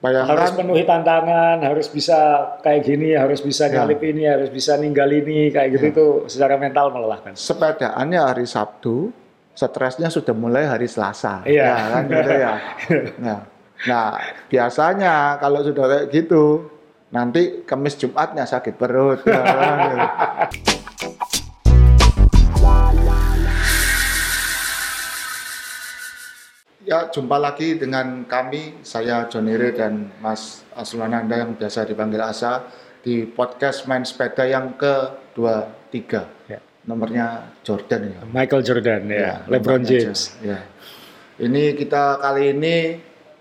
Harus penuhi tantangan, harus bisa kayak gini, harus bisa nyalip ini, harus bisa ninggal ini, kayak gitu itu secara mental melelahkan. Sepedaannya hari Sabtu, stresnya sudah mulai hari Selasa. Iya. Ya kan gitu ya. Nah, biasanya kalau sudah kayak gitu, nanti Kamis Jumatnya sakit perut. Ya, kan, gitu. Ya, jumpa lagi dengan kami, saya Jonire dan Mas Aslananda yang biasa dipanggil Asa di podcast Main Sepeda yang ke-23. Ya. Nomornya Jordan ya. Michael Jordan ya, LeBron James. Ya. Ini kita kali ini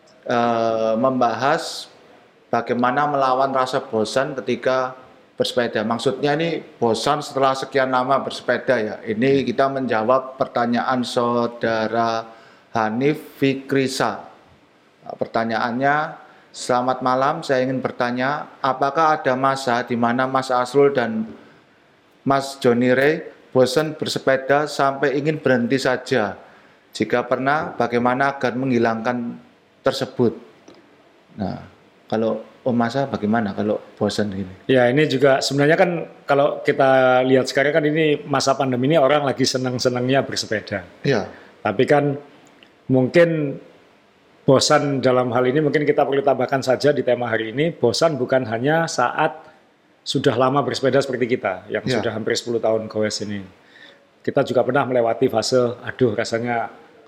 membahas bagaimana melawan rasa bosan ketika bersepeda. Maksudnya ini bosan setelah sekian lama bersepeda ya. Ini kita menjawab pertanyaan saudara Hanif Fikrisa. Pertanyaannya, selamat malam, saya ingin bertanya, apakah ada masa di mana Mas Asrul dan Mas Jonire bosan bersepeda sampai ingin berhenti saja? Jika pernah, bagaimana agar menghilangkan tersebut? Nah, kalau Om Asa bagaimana kalau bosan gini? Ya, ini juga sebenarnya kan kalau kita lihat sekarang kan ini masa pandemi ini orang lagi senang-senangnya bersepeda. Iya. Tapi kan mungkin bosan dalam hal ini mungkin kita perlu tambahkan saja di tema hari ini, bosan bukan hanya saat sudah lama bersepeda seperti kita yang sudah hampir 10 tahun goes ini. Kita juga pernah melewati fase aduh rasanya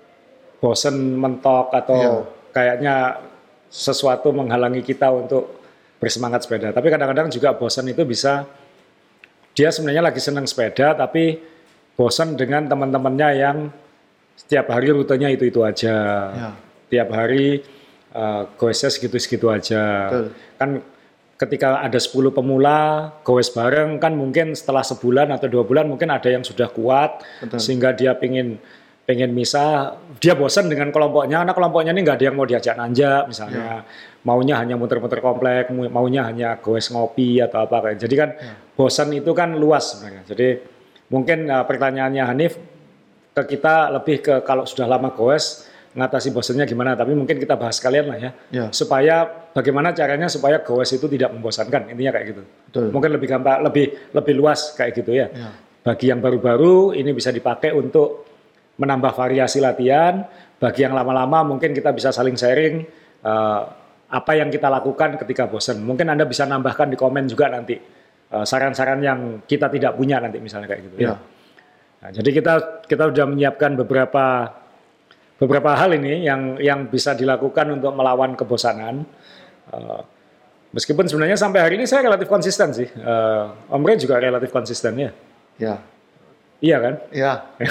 bosan mentok atau kayaknya sesuatu menghalangi kita untuk bersemangat sepeda. Tapi kadang-kadang juga bosan itu bisa dia sebenarnya lagi senang sepeda tapi bosan dengan teman-temannya yang setiap hari rutenya itu aja, tiap hari goesnya segitu-segitu aja. Betul. Kan ketika ada 10 pemula goes bareng kan mungkin setelah sebulan atau 2 bulan mungkin ada yang sudah kuat. Betul. Sehingga dia pengen misah, dia bosan dengan kelompoknya, karena kelompoknya ini nggak ada yang mau diajak nanjak misalnya, maunya hanya muter-muter komplek, maunya hanya goes ngopi atau apa kayak. Jadi kan bosan itu kan luas sebenarnya. Jadi mungkin pertanyaannya Hanif ke kita lebih ke kalau sudah lama goes ngatasi bosannya gimana, tapi mungkin kita bahas sekalian lah ya. Supaya bagaimana caranya supaya goes itu tidak membosankan, intinya kayak gitu. Betul. Mungkin lebih gampang, lebih luas kayak gitu ya. Bagi yang baru-baru ini bisa dipakai untuk menambah variasi latihan, bagi yang lama-lama mungkin kita bisa saling sharing apa yang kita lakukan ketika bosan. Mungkin Anda bisa nambahkan di komen juga nanti saran-saran yang kita tidak punya nanti misalnya kayak gitu ya. Nah, jadi kita sudah menyiapkan beberapa hal ini yang bisa dilakukan untuk melawan kebosanan. Meskipun sebenarnya sampai hari ini saya relatif konsisten sih. Om Re juga relatif konsisten ya. Iya kan? Iya.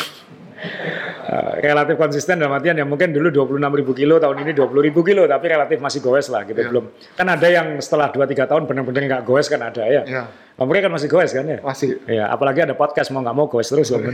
Relatif konsisten dalam artian ya mungkin dulu 26.000 kilo, tahun ini 20.000 kilo, tapi relatif masih goes lah gitu. Belum. Kan ada yang setelah 2-3 tahun benar-benar nggak goes kan ada ya. Om Re kan masih goes kan ya? Masih. Ya, apalagi ada podcast mau nggak mau goes terus loh.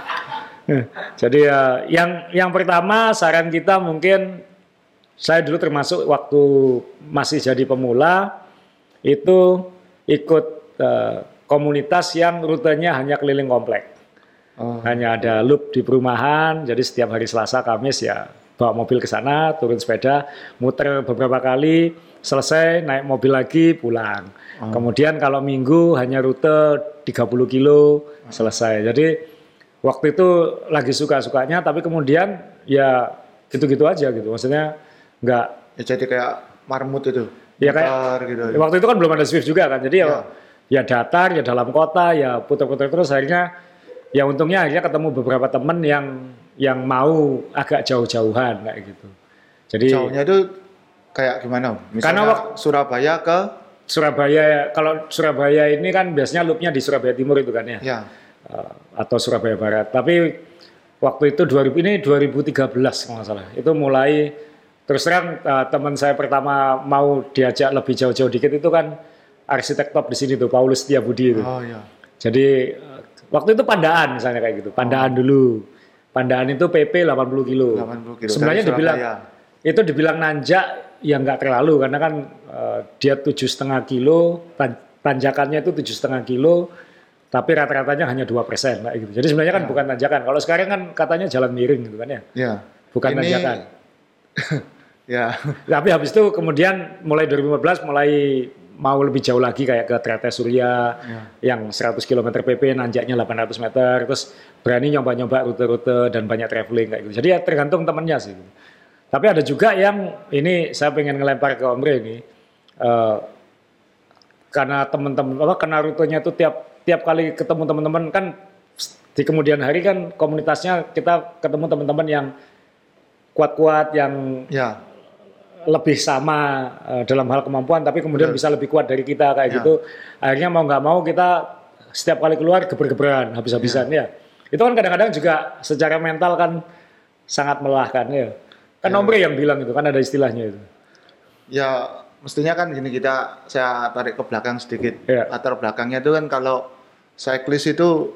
Jadi yang pertama saran kita mungkin saya dulu termasuk waktu masih jadi pemula itu ikut komunitas yang rutenya hanya keliling komplek. Hanya ada loop di perumahan, jadi setiap hari Selasa, Kamis ya bawa mobil ke sana, turun sepeda, muter beberapa kali, selesai naik mobil lagi, pulang. Kemudian kalau Minggu hanya rute 30 kilo, selesai. Jadi waktu itu lagi suka-sukanya, tapi kemudian ya gitu-gitu aja gitu. Maksudnya nggak... Ya, jadi kayak marmut itu. Ya kayak gitu. Waktu itu kan belum ada Swift juga kan, jadi ya datar, ya dalam kota, ya putar-putar terus akhirnya. Ya untungnya akhirnya ketemu beberapa teman yang mau agak jauh-jauhan kayak gitu. Jadi jauhnya itu kayak gimana? Misalnya karena Surabaya ke Surabaya, kalau Surabaya ini kan biasanya loopnya di Surabaya Timur itu kan ya. Atau Surabaya Barat. Tapi waktu itu 2013 kalau nggak salah. Itu mulai terus terang teman saya pertama mau diajak lebih jauh-jauh dikit itu kan arsitek top di sini tuh Paulus Setiabudi itu. Jadi waktu itu Pandaan misalnya kayak gitu. Pandaan dulu. Pandaan itu PP 80 kilo. 80 kilo. Sebenarnya dibilang nanjak ya nggak terlalu karena kan dia 7,5 kilo, tanjakannya itu 7,5 kilo, tapi rata-ratanya hanya 2% kayak gitu. Jadi sebenarnya kan bukan tanjakan. Kalau sekarang kan katanya jalan miring gitu kan ya. Bukan tanjakan. Ya. Tapi habis itu kemudian mulai 2015 mulai mau lebih jauh lagi kayak ke Trate Surya yang 100 km PP nanjaknya 800 meter, terus berani nyoba-nyoba rute-rute dan banyak traveling kayak gitu. Jadi ya tergantung temennya sih. Tapi ada juga yang ini saya pengen ngelempar ke Om Bre ini, karena teman-teman karena rutenya itu tiap kali ketemu teman-teman kan di kemudian hari kan komunitasnya kita ketemu teman-teman yang kuat-kuat yang lebih sama dalam hal kemampuan, tapi kemudian bisa lebih kuat dari kita kayak gitu. Akhirnya mau nggak mau kita setiap kali keluar geber-geberan habis-habisan ya. Itu kan kadang-kadang juga secara mental kan sangat melelahkan ya. Kan Om Bre yang bilang itu kan ada istilahnya itu. Ya mestinya kan gini, saya tarik ke belakang sedikit. Latar belakangnya itu kan kalau cyclist itu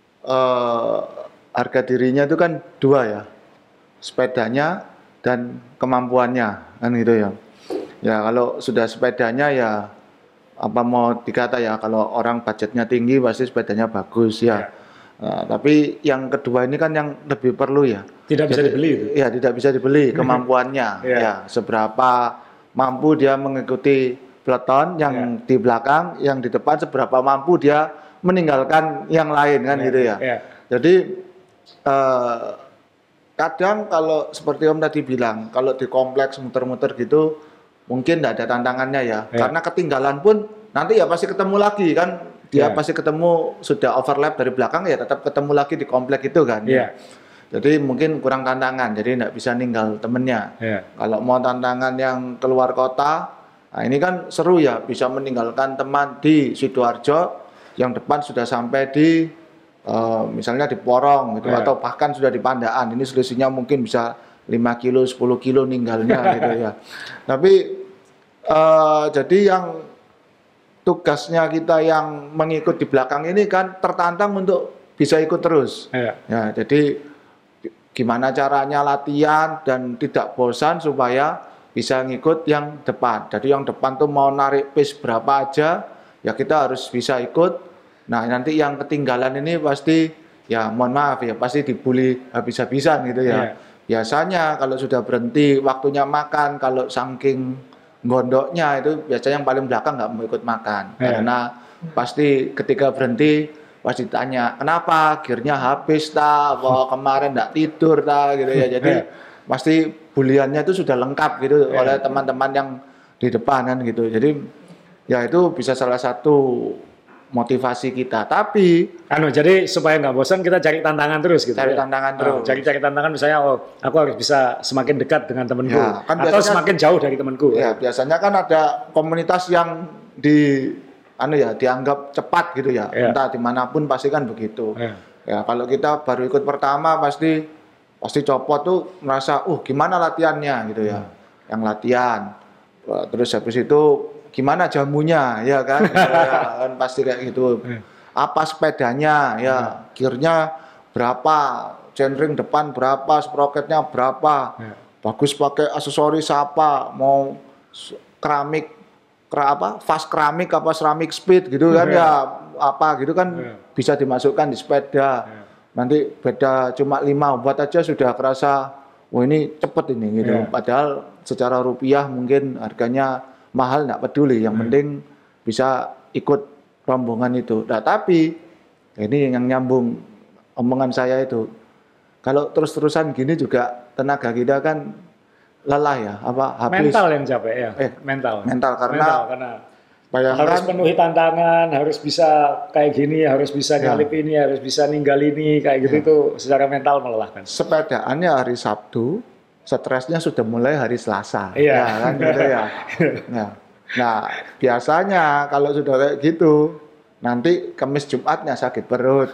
harga dirinya itu kan dua ya, sepedanya dan kemampuannya kan gitu ya. Ya kalau sudah sepedanya ya apa mau dikata ya, kalau orang budgetnya tinggi pasti sepedanya bagus ya. Nah, tapi yang kedua ini kan yang lebih perlu ya. Tidak bisa dibeli itu. Ya tidak bisa dibeli kemampuannya. Ya seberapa mampu dia mengikuti peloton yang di belakang, yang di depan seberapa mampu dia meninggalkan yang lain kan gitu ya. Jadi kadang kalau seperti Om tadi bilang, kalau di kompleks muter-muter gitu mungkin tidak ada tantangannya ya. Karena ketinggalan pun nanti ya pasti ketemu lagi kan. Dia pasti ketemu, sudah overlap dari belakang ya tetap ketemu lagi di komplek itu kan. Jadi mungkin kurang tantangan, jadi tidak bisa ninggal temennya. Kalau mau tantangan yang keluar kota, nah ini kan seru ya, bisa meninggalkan teman di Sidoarjo yang depan sudah sampai di misalnya di Porong gitu, atau bahkan sudah di Pandaan. Ini selisihnya mungkin bisa 5 kilo, 10 kilo ninggalnya gitu ya. Tapi jadi yang tugasnya kita yang mengikut di belakang ini kan tertantang untuk bisa ikut terus. Ya, jadi gimana caranya latihan dan tidak bosan supaya bisa ngikut yang depan. Jadi yang depan tuh mau narik pace berapa aja, ya kita harus bisa ikut. Nah nanti yang ketinggalan ini pasti, ya mohon maaf ya, pasti dibully habis-habisan gitu ya. Biasanya kalau sudah berhenti waktunya makan, kalau saking gondoknya itu biasanya yang paling belakang nggak mau ikut makan. Karena pasti ketika berhenti pasti tanya, kenapa gearnya habis tak, apa kemarin nggak tidur tak gitu ya. Jadi pasti buliannya itu sudah lengkap gitu oleh teman-teman yang di depan kan gitu. Jadi ya itu bisa salah satu motivasi kita. Tapi jadi supaya nggak bosan kita cari tantangan terus gitu. Cari tantangan terus. Cari tantangan misalnya aku harus bisa semakin dekat dengan temanku kan atau semakin jauh dari temanku. Ya, biasanya kan ada komunitas yang dianggap cepat gitu ya. Entah dimanapun pasti kan begitu. Ya kalau kita baru ikut pertama pasti copot tuh merasa gimana latihannya gitu ya. Yang latihan. Terus habis itu gimana jamunya ya kan, kan pasti kayak gitu. Apa sepedanya ya, gearnya berapa, chainring depan berapa, sprocketnya berapa, bagus pakai aksesoris apa, mau keramik fast keramik apa ceramic speed gitu kan ya, apa gitu kan bisa dimasukkan di sepeda. Nanti beda cuma 5 watt aja sudah kerasa ini cepet ini gitu. Padahal secara rupiah mungkin harganya mahal, nggak peduli, yang penting bisa ikut rombongan itu. Nah tapi ini yang nyambung omongan saya itu, kalau terus-terusan gini juga tenaga kita kan lelah ya, habis. Mental yang capek ya. Mental karena bayangkan, harus penuhi tantangan, harus bisa kayak gini, harus bisa nyalip ini, harus bisa ninggal ini kayak gitu. Itu secara mental melelahkan. Sepedaannya hari Sabtu, stresnya sudah mulai hari Selasa, ya kan gitu ya. Nah, biasanya kalau sudah kayak gitu, nanti Kamis Jumatnya sakit perut.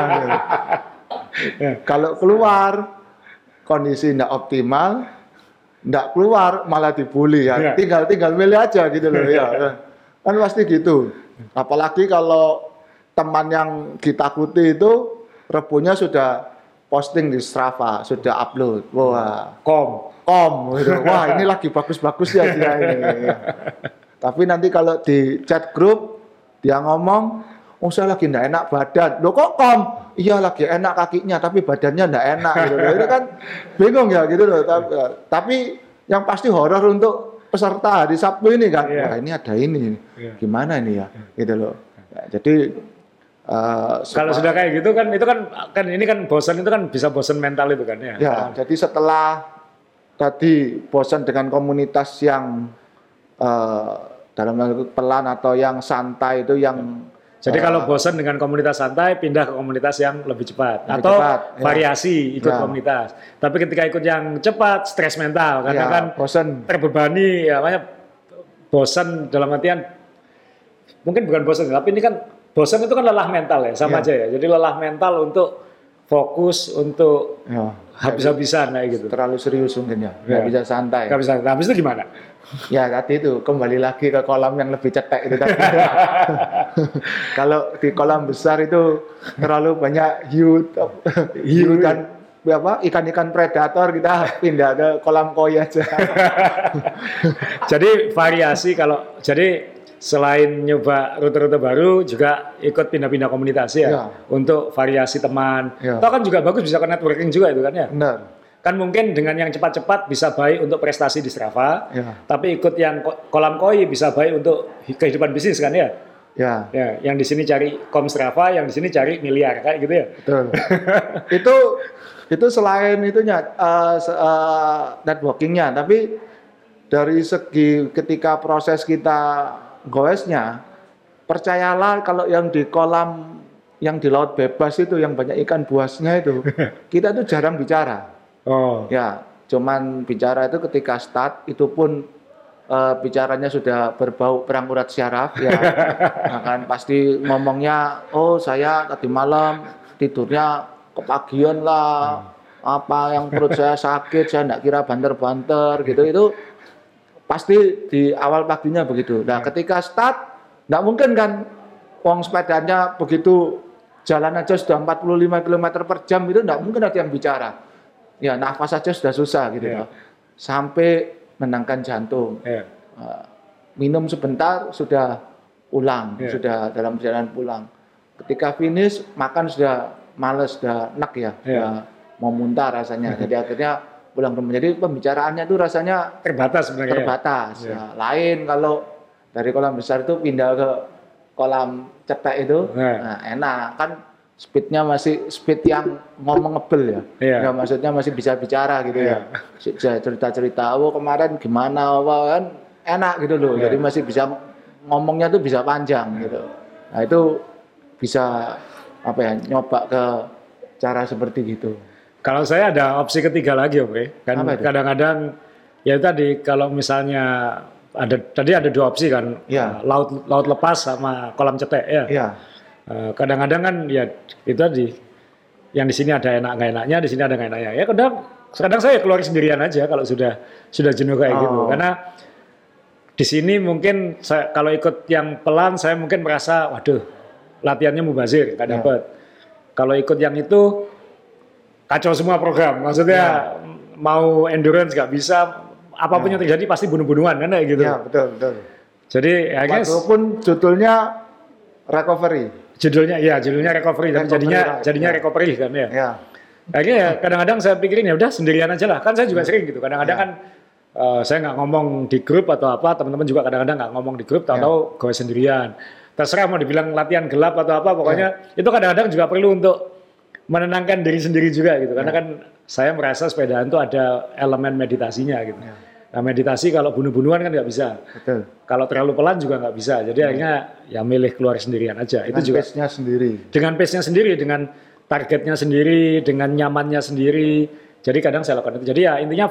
Kalau keluar kondisi tidak optimal, tidak keluar malah dibully ya. Tinggal milih aja gitu loh ya. Kan pasti gitu. Apalagi kalau teman yang ditakuti itu rebunya sudah posting di Strava, sudah upload. Wah, gitu. Wah, ini lagi bagus-bagus ya dia ini. Tapi nanti kalau di chat grup dia ngomong, saya lagi enggak enak badan. Loh kok iya lagi enak kakinya tapi badannya enggak enak gitu loh. Ini kan bingung ya gitu loh. Tapi yang pasti horor untuk peserta hari Sabtu ini kan. Iya. Wah, ini ada ini. Iya. Gimana ini ya? Gitu loh. Ya, jadi kalau sudah kayak gitu kan itu kan ini kan bosan itu kan bisa bosan mental itu kan ya. ya, jadi setelah tadi bosan dengan komunitas yang dalam hal itu pelan atau yang santai itu yang jadi kalau bosan dengan komunitas santai, pindah ke komunitas yang lebih cepat. Atau variasi ikut komunitas. Tapi ketika ikut yang cepat, stres mental. Karena kan bosan. Terbebani, ya, makanya bosan dalam artian, mungkin bukan bosan, tapi ini kan, bosan itu kan lelah mental ya, sama aja ya. Jadi lelah mental untuk fokus, untuk habis-habisan kayak gitu. Terlalu serius mungkin ya, nggak bisa santai. Nggak bisa, nah, habis itu gimana? Ya tadi itu kembali lagi ke kolam yang lebih cetek itu tadi. Kalau di kolam besar itu terlalu banyak hiu dan ikan-ikan predator, kita pindah ke kolam koi aja. Jadi variasi jadi selain nyoba rute-rute baru juga ikut pindah-pindah komunitas ya. Untuk variasi teman. Itu kan juga bagus, bisa ke networking juga itu kan ya. Benar. Kan mungkin dengan yang cepat-cepat bisa baik untuk prestasi di Strava, tapi ikut yang kolam koi bisa baik untuk kehidupan bisnis kan ya? Ya, yang di sini cari Strava, yang di sini cari miliar kayak gitu ya? Betul. itu selain itunya networkingnya, tapi dari segi ketika proses kita goesnya, percayalah kalau yang di kolam yang di laut bebas itu yang banyak ikan buasnya itu, kita tuh jarang bicara. Ya, cuman bicara itu ketika start, itu pun bicaranya sudah berbau perang urat syaraf ya. Nah, kan pasti ngomongnya, oh saya tadi malam tidurnya kepagian lah, apa yang perut saya sakit, saya enggak kira banter-banter gitu. Itu pasti di awal paginya begitu. Nah, ketika start enggak mungkin kan wong sepedanya begitu jalan aja sudah 45 km per jam, itu enggak mungkin ada yang bicara. Ya, nafas saja sudah susah gitu ya. Sampai menenangkan jantung. Minum sebentar sudah pulang, sudah dalam perjalanan pulang. Ketika finish makan sudah males, sudah enak ya, sudah mau muntah rasanya. Jadi akhirnya pulang ke rumah. Jadi pembicaraannya itu rasanya terbatas sebenarnya. Terbatas. Ya. Lain kalau dari kolam besar itu pindah ke kolam cetek itu, nah enak kan. Speednya masih speed yang ngomong ngebel ya. Ya maksudnya masih bisa bicara gitu ya. Cerita-cerita, oh kemarin gimana, kan enak gitu loh. Jadi masih bisa ngomongnya tuh bisa panjang gitu. Nah itu bisa nyoba ke cara seperti gitu. Kalau saya ada opsi ketiga lagi Om. Kan kadang-kadang ya tadi kalau misalnya tadi ada dua opsi kan. Laut lepas sama kolam cetek ya. Kadang-kadang kan ya itu tadi yang di sini ada enak nggak enaknya, di sini ada nggak enaknya. Ya kadang saya keluar sendirian aja kalau sudah jenuh kayak gitu. Karena di sini mungkin kalau ikut yang pelan saya mungkin merasa waduh latihannya mubazir nggak dapet. Kalau ikut yang itu kacau semua program. Maksudnya mau endurance nggak bisa, apapun yang terjadi pasti bunuh-bunuhan kan kayak gitu. Ya betul. Jadi walaupun judulnya recovery. Judulnya recovery, tapi jadinya recovery kan ya. Akhirnya ya kadang-kadang saya pikirin ya udah sendirian aja lah. Kan saya juga sering gitu. Kadang-kadang kan saya nggak ngomong di grup atau apa, teman-teman juga kadang-kadang nggak ngomong di grup, tahu-tahu gue sendirian. Terserah mau dibilang latihan gelap atau apa, pokoknya itu kadang-kadang juga perlu untuk menenangkan diri sendiri juga gitu. Karena kan saya merasa sepedaan itu ada elemen meditasinya gitu. Nah meditasi kalau bunuh-bunuhan kan nggak bisa. Betul. Kalau terlalu pelan juga nggak bisa. Jadi akhirnya ya milih keluar sendirian aja. Dengan itu juga pace-nya sendiri. Dengan pace-nya sendiri, dengan targetnya sendiri, dengan nyamannya sendiri. Jadi kadang saya lakukan itu. Jadi ya intinya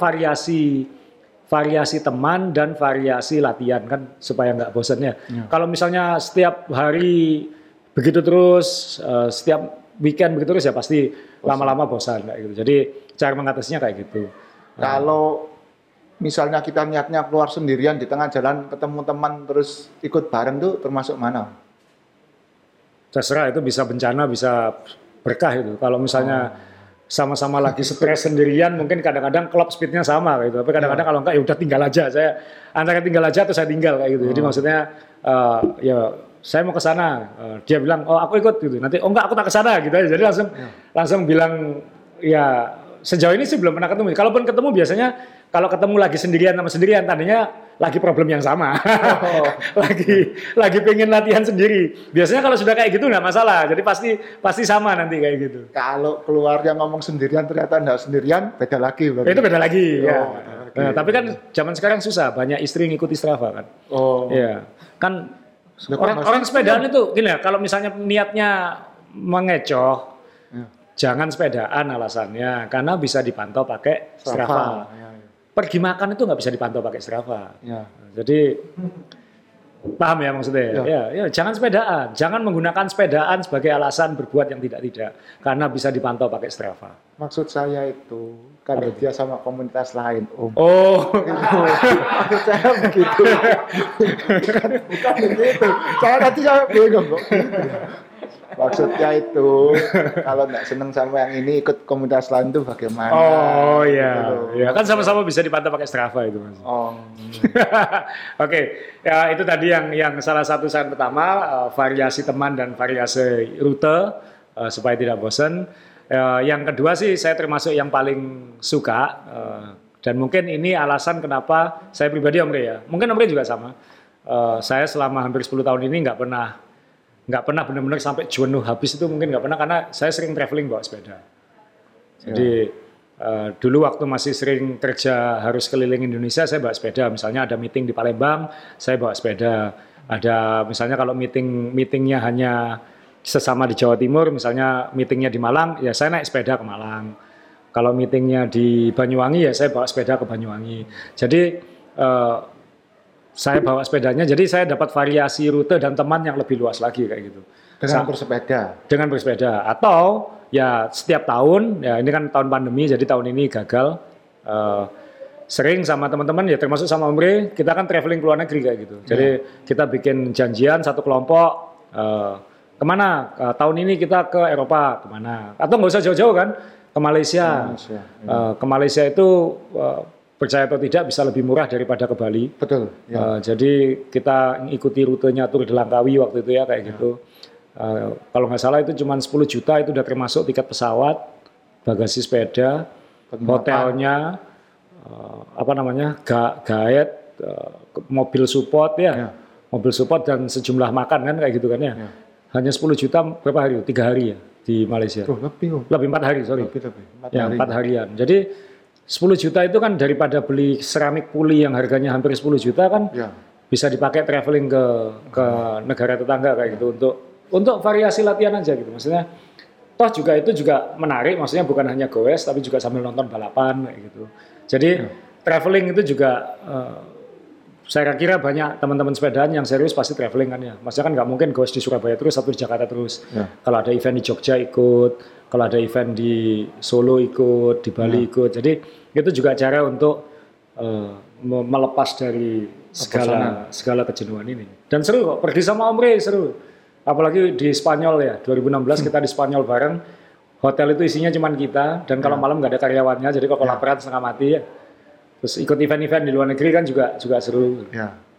variasi teman dan variasi latihan kan supaya nggak bosan ya. Kalau misalnya setiap hari begitu terus, setiap weekend begitu terus ya pasti lama-lama bosan kayak gitu. Jadi cara mengatasinya kayak gitu. Kalau misalnya kita niatnya keluar sendirian di tengah jalan ketemu teman terus ikut bareng tuh termasuk mana? Terserah, itu bisa bencana bisa berkah itu. Kalau misalnya sama-sama lagi stres sendirian mungkin kadang-kadang klop speednya sama gitu. Tapi kadang-kadang kalau enggak ya udah tinggal aja. Saya antara tinggal aja atau saya tinggal kayak gitu. Jadi maksudnya ya saya mau ke sana. Dia bilang oh aku ikut gitu. Nanti oh enggak aku tak ke sana gitu. Jadi langsung bilang ya sejauh ini sih belum pernah ketemu. Kalaupun ketemu biasanya kalau ketemu lagi sendirian sama sendirian, tadinya lagi problem yang sama. lagi pengen latihan sendiri. Biasanya kalau sudah kayak gitu nggak masalah. Jadi pasti sama nanti kayak gitu. Kalau keluarga ngomong sendirian ternyata enggak sendirian, beda lagi. Berarti. Itu beda lagi. Ya. Beda lagi. Nah, tapi kan zaman sekarang susah. Banyak istri ngikuti Strava kan. Ya. Kan orang sepedaan itu gini ya. Kalau misalnya niatnya mengecoh, jangan sepedaan alasannya. Karena bisa dipantau pakai Strava. Pergi makan itu nggak bisa dipantau pakai Strava. Jadi paham ya maksudnya? Ya, jangan sepedaan, jangan menggunakan sepedaan sebagai alasan berbuat yang tidak, karena bisa dipantau pakai Strava. Maksud saya itu kan dia sama komunitas lain, Om. Oh, Maksud saya begitu. bukan begitu. Saya bingung kok. Maksudnya itu kalau nggak seneng sama yang ini ikut komunitas lain tuh bagaimana? Oh iya, ya kan sama-sama bisa dipantau pakai Strava itu mas. Oke, ya itu tadi yang salah satu saran pertama, variasi teman dan variasi rute supaya tidak bosan. Yang kedua sih saya termasuk yang paling suka dan mungkin ini alasan kenapa saya pribadi Om Rey ya. Mungkin Om Rey juga sama. Saya selama hampir 10 tahun ini nggak pernah benar-benar sampai jenuh habis itu mungkin nggak pernah karena saya sering traveling bawa sepeda. Jadi dulu waktu masih sering kerja harus keliling Indonesia saya bawa sepeda. Misalnya ada meeting di Palembang, saya bawa sepeda. Ada misalnya kalau meetingnya hanya sesama di Jawa Timur, misalnya meetingnya di Malang, ya saya naik sepeda ke Malang. Kalau meetingnya di Banyuwangi ya saya bawa sepeda ke Banyuwangi. Jadi saya bawa sepedanya, jadi saya dapat variasi rute dan teman yang lebih luas lagi kayak gitu. Dengan bersepeda. Atau ya setiap tahun, ya ini kan tahun pandemi, jadi tahun ini gagal. Sering sama teman-teman, ya termasuk sama Om Rey, kita kan traveling ke luar negeri kayak gitu. Jadi kita bikin janjian satu kelompok, kemana? Tahun ini kita ke Eropa, kemana? Atau nggak usah jauh-jauh kan, ke Malaysia. Ke Malaysia itu percaya atau tidak bisa lebih murah daripada ke Bali. Betul. Jadi kita ikuti rutenya Tour de Langkawi waktu itu ya kayak gitu. Kalau nggak salah itu cuma 10 juta itu udah termasuk tiket pesawat, bagasi sepeda, hotelnya, guide, mobil support ya, mobil support dan sejumlah makan kan kayak gitu kan ya. Hanya 10 juta berapa hari? 3 hari ya di Malaysia. Lebih 4 hari sorry. Lebih 4 harian. Jadi 10 juta itu kan daripada beli seramik puli yang harganya hampir 10 juta kan bisa dipakai traveling ke negara tetangga kayak gitu untuk variasi latihan aja gitu. Maksudnya toh juga itu juga menarik, maksudnya bukan hanya goes tapi juga sambil nonton balapan kayak gitu. Jadi traveling itu juga saya kira banyak teman-teman sepedaan yang serius pasti traveling kan ya. Maksudnya kan nggak mungkin goes di Surabaya terus atau di Jakarta terus. Kalau ada event di Jogja ikut, kalau ada event di Solo ikut, di Bali ikut. Jadi itu juga cara untuk melepas dari segala kejenuhan ini. Dan seru kok, pergi sama Om Rey seru. Apalagi di Spanyol ya, 2016 kita di Spanyol bareng. Hotel itu isinya cuma kita, dan kalau malam nggak ada karyawannya, jadi kalau laparan setengah mati ya. Terus ikut event-event di luar negeri kan juga seru.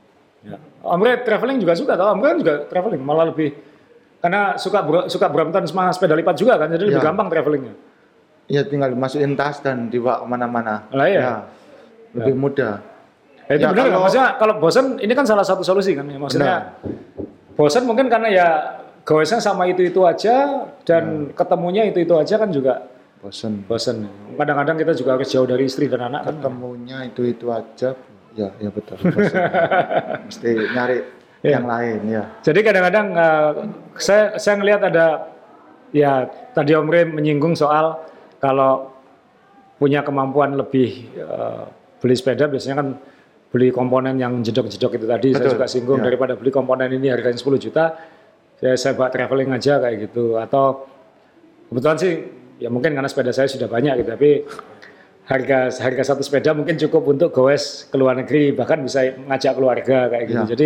Om Rey traveling juga suka, tau? Om Rey kan juga traveling, malah lebih karena suka Brompton sama sepeda lipat juga kan, jadi lebih gampang travelingnya. Iya, tinggal masukin tas dan dibawa kemana-mana. Lebih mudah. Itu benar nggak? Maksudnya kalau bosan, ini kan salah satu solusi kan ya. Maksudnya bosan mungkin karena ya goesnya sama itu aja dan ketemunya itu aja kan juga bosan. Kadang-kadang kita juga harus jauh dari istri dan anak. Ketemunya itu aja, ya betul. Mesti nyari yang lain ya. Jadi kadang-kadang saya ngelihat ada ya tadi Om Rey menyinggung soal kalau punya kemampuan lebih beli sepeda biasanya kan beli komponen yang jedok-jedok itu tadi. Betul, saya juga singgung daripada beli komponen ini harganya 10 juta saya bawa traveling aja kayak gitu. Atau kebetulan sih ya mungkin karena sepeda saya sudah banyak gitu, tapi harga satu sepeda mungkin cukup untuk goes ke luar negeri, bahkan bisa ngajak keluarga kayak gitu. Jadi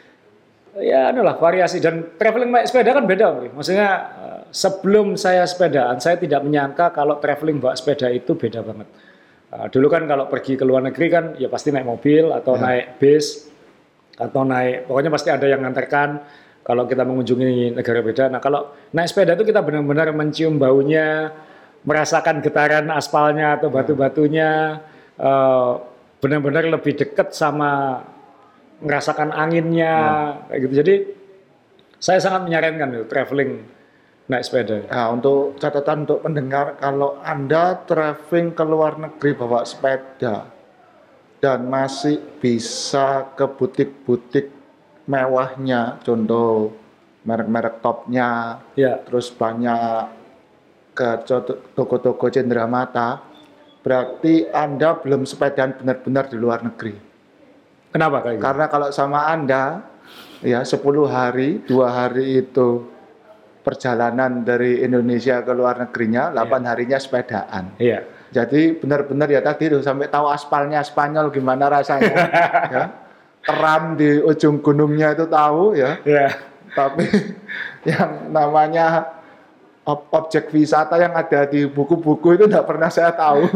ya adalah variasi, dan traveling naik sepeda kan beda. Maksudnya sebelum saya sepedaan, saya tidak menyangka kalau traveling bawa sepeda itu beda banget. Dulu kan kalau pergi ke luar negeri kan ya pasti naik mobil atau naik bis atau pokoknya pasti ada yang nganterkan kalau kita mengunjungi negara beda. Nah kalau naik sepeda itu kita benar-benar mencium baunya, merasakan getaran aspalnya atau batu-batunya, benar-benar lebih dekat sama merasakan anginnya kayak gitu. Jadi saya sangat menyarankan itu traveling naik sepeda. Nah, untuk catatan untuk pendengar, kalau Anda traveling ke luar negeri bawa sepeda dan masih bisa ke butik-butik mewahnya, contoh merek-merek topnya, terus banyak ke toko-toko cenderamata, berarti Anda belum sepedaan benar-benar di luar negeri. Kenapa kayak gitu? Karena kalau sama Anda, ya 10 hari, 2 hari itu perjalanan dari Indonesia ke luar negerinya, 8 harinya sepedaan. Iya. Jadi benar-benar ya tadi tuh sampai tahu aspalnya Spanyol gimana rasanya. Ya. Keram di ujung gunungnya itu tahu ya. Iya. Tapi yang namanya objek wisata yang ada di buku-buku itu tidak pernah saya tahu.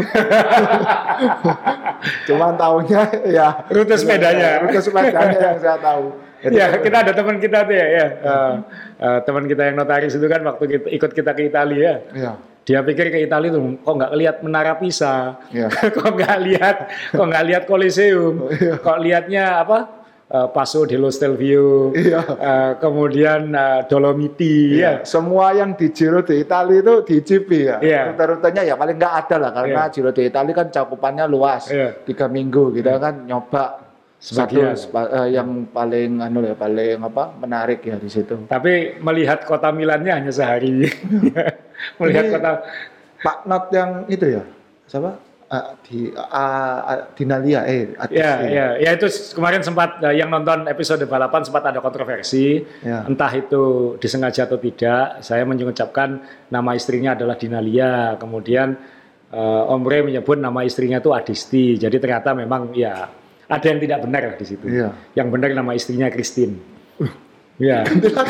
Cuman tahunya ya rute sepedanya yang saya tahu. Ya, kita ada teman kita tuh teman kita yang notaris itu kan waktu ikut kita ke Italia. Ya. Dia pikir ke Italia tuh kok nggak lihat Menara Pisa, kok nggak lihat Colosseum, kok lihatnya apa? Passo dello Stelvio, kemudian Dolomiti. Semua yang di Giro d'Italia itu dicipi ya. Rute-rutenya ya paling nggak ada lah karena Giro d'Italia kan cakupannya luas, 3 minggu kita kan nyoba. Sebagian yang paling paling menarik ya di situ. Tapi melihat kota Milannya hanya sehari. Melihat ini, kota Pak Not yang itu ya. Siapa? Dinalia ya itu kemarin sempat yang nonton episode balapan sempat ada kontroversi. Entah itu disengaja atau tidak. Saya mengucapkan nama istrinya adalah Dinalia. Kemudian Om Rey menyebut nama istrinya itu Adisti. Jadi ternyata memang ya ada yang tidak benar di situ. Yang benar nama istrinya Christine. Ya.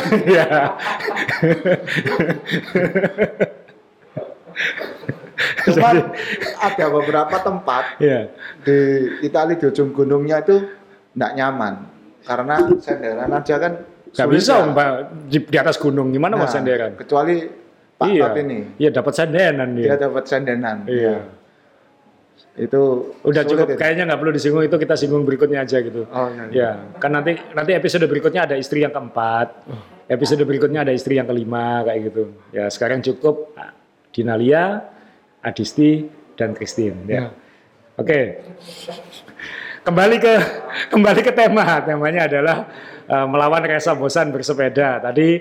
Cuman ada beberapa tempat di Italia di ujung gunungnya itu tidak nyaman karena senderan aja kan nggak bisa di atas gunung gimana mau senderan? Kecuali Pak Not ini. Iya dapat senderan dia. Dia dapat senderan. Iya. Itu udah cukup itu. Kayaknya nggak perlu disinggung itu kita singgung berikutnya aja gitu. Kan nanti episode berikutnya ada istri yang keempat, episode berikutnya ada istri yang kelima kayak gitu. Ya sekarang cukup Dinalia, Adisti dan Christine. Oke. Kembali ke temanya adalah melawan rasa bosan bersepeda. Tadi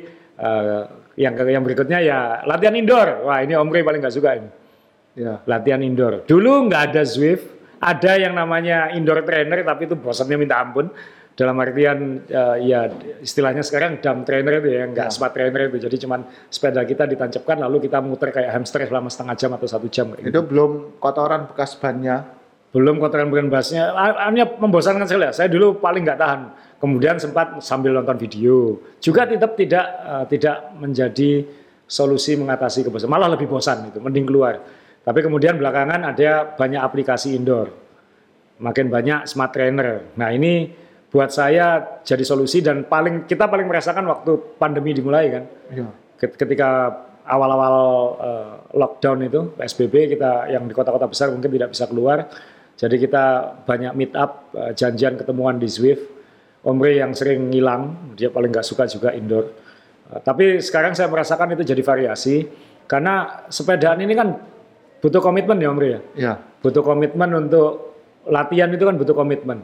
yang berikutnya ya latihan indoor. Wah ini Om Rey paling nggak suka ini. Latihan indoor. Dulu nggak ada Zwift, ada yang namanya indoor trainer tapi itu bosannya minta ampun. Dalam artian ya istilahnya sekarang dumb trainer itu ya, nggak smart trainer itu. Jadi cuman sepeda kita ditancapkan lalu kita muter kayak hamster selama setengah jam atau 1 jam. Itu gitu. Belum kotoran bekas bannya. Belum kotoran bekas basnya. Hanya membosankan sekali. Saya dulu paling nggak tahan. Kemudian sempat sambil nonton video. Juga tetap tidak menjadi solusi mengatasi kebosanan. Malah lebih bosan itu, mending keluar. Tapi kemudian belakangan ada banyak aplikasi indoor, makin banyak smart trainer. Nah ini buat saya jadi solusi dan kita paling merasakan waktu pandemi dimulai kan. Ketika awal-awal lockdown itu PSBB kita yang di kota-kota besar mungkin tidak bisa keluar. Jadi kita banyak meet up, janjian ketemuan di Zwift. Om Rey yang sering ngilang, dia paling nggak suka juga indoor. Tapi sekarang saya merasakan itu jadi variasi karena sepedaan ini kan butuh komitmen ya Om Rey ya? Butuh komitmen untuk latihan itu kan butuh komitmen.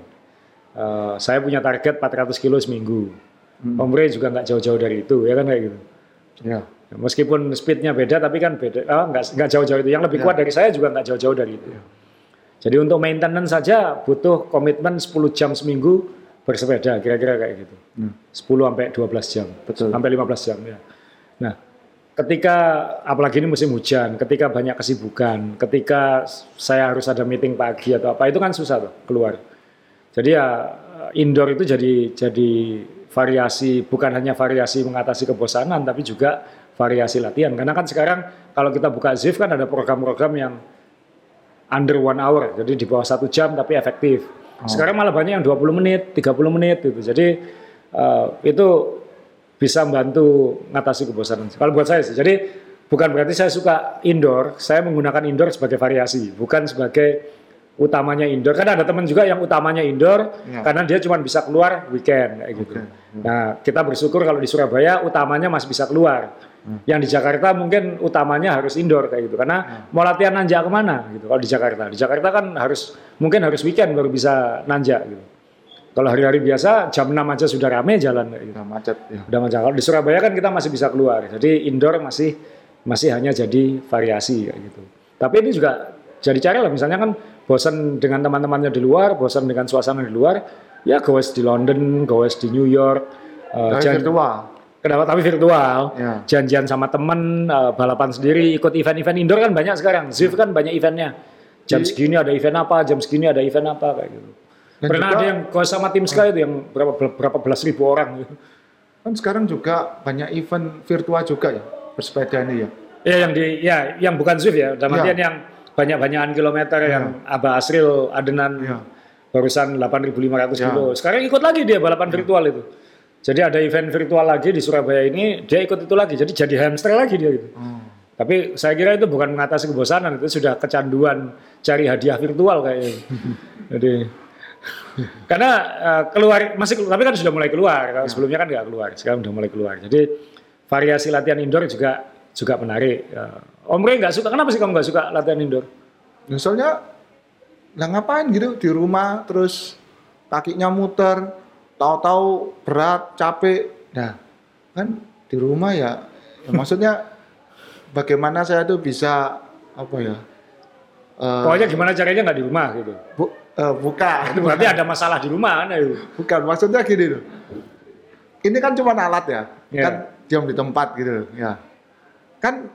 Saya punya target 400 kilo seminggu. Om Rey juga nggak jauh-jauh dari itu ya kan kayak gitu. Meskipun speednya beda tapi kan beda, nggak jauh-jauh itu. Yang lebih kuat dari saya juga nggak jauh-jauh dari itu. Jadi untuk maintenance saja butuh komitmen 10 jam seminggu bersepeda kira-kira kayak gitu. 10 sampai 12 jam. Betul. Sampai 15 jam ya. Nah, ketika apalagi ini musim hujan, ketika banyak kesibukan, ketika saya harus ada meeting pagi atau apa itu kan susah tuh keluar. Jadi ya indoor itu jadi variasi, bukan hanya variasi mengatasi kebosanan tapi juga variasi latihan. Karena kan sekarang kalau kita buka Zwift kan ada program-program yang under 1 hour, jadi di bawah 1 jam tapi efektif. Sekarang malah banyak yang 20 menit, 30 menit gitu. Jadi itu bisa membantu mengatasi kebosanan. Kalau buat saya sih, jadi bukan berarti saya suka indoor, saya menggunakan indoor sebagai variasi, bukan sebagai utamanya indoor. Kan ada teman juga yang utamanya indoor karena dia cuma bisa keluar weekend kayak gitu. Nah, kita bersyukur kalau di Surabaya utamanya masih bisa keluar. Yang di Jakarta mungkin utamanya harus indoor kayak gitu. Karena mau latihan nanjak kemana gitu kalau di Jakarta. Di Jakarta kan mungkin harus weekend baru bisa nanjak gitu. Kalau hari-hari biasa jam 6 aja sudah rame jalan kayak gitu. Udah macet ya. Udah macet. Kalau di Surabaya kan kita masih bisa keluar. Jadi indoor masih hanya jadi variasi kayak gitu. Tapi ini juga jadi cara lah, misalnya kan bosan dengan teman-temannya di luar, bosan dengan suasana di luar, ya goes di London, goes di New York, Virtual. kenapa? Tapi virtual, Ya. janjian sama temen, balapan sendiri, ikut event-event indoor kan banyak sekarang. Zwift kan banyak eventnya. Jam segini ada event apa, jam segini ada event apa kayak gitu. Dan Pernah juga, ada yang goes sama tim Sky itu yang berapa belas ribu orang gitu. kan sekarang juga banyak event virtual juga ya bersepeda ini ya. Ya yang bukan Zwift ya, dalam artian yang banyak-banyakan kilometer yang Abah Asril Adenan barusan 8.500 kilo. Sekarang ikut lagi dia balapan virtual itu. Jadi ada event virtual lagi di Surabaya ini, dia ikut itu lagi. Jadi hamster lagi dia gitu. Tapi saya kira itu bukan mengatasi kebosanan, itu sudah kecanduan cari hadiah virtual kayaknya. Jadi karena tapi kan sudah mulai keluar. Kalau sebelumnya kan nggak keluar, sekarang sudah mulai keluar. Jadi variasi latihan indoor juga menarik. Om Rey nggak suka, kenapa sih kamu nggak suka latihan indoor? Misalnya, lah ngapain gitu di rumah terus kakinya muter, tahu-tahu berat, capek. Nah, kan di rumah ya maksudnya bagaimana saya tuh bisa apa ya? Pokoknya gimana caranya nggak di rumah gitu. Bukan. Itu berarti ada masalah di rumah kan itu. Bukan, maksudnya gini loh. Ini kan cuma alat ya, kan Yeah. diam di tempat gitu ya. Kan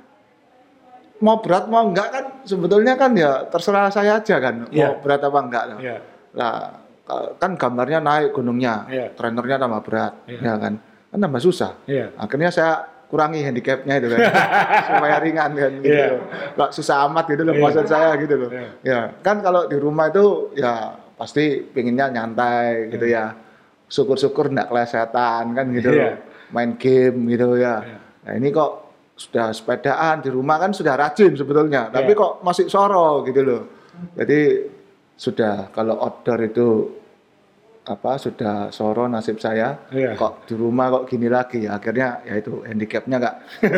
mau berat mau enggak kan sebetulnya kan ya terserah saya aja kan mau berat apa enggak. Yeah. Lah kan gambarnya naik gunungnya, trainernya tambah berat, ya kan tambah susah. Akhirnya saya kurangi handicapnya itu kan, supaya ringan kan gitu. Nggak susah amat gitu loh maksud saya gitu loh. Ya kan kalau di rumah itu ya pasti pinginnya nyantai gitu ya. Syukur-syukur nggak kelesetan kan gitu loh. Main game gitu ya. Nah ini kok sudah sepedaan di rumah kan sudah rajin sebetulnya, tapi kok masih soro gitu loh. Jadi sudah kalau outdoor itu sudah soro nasib saya, kok di rumah kok gini lagi ya, akhirnya ya itu handicapnya nggak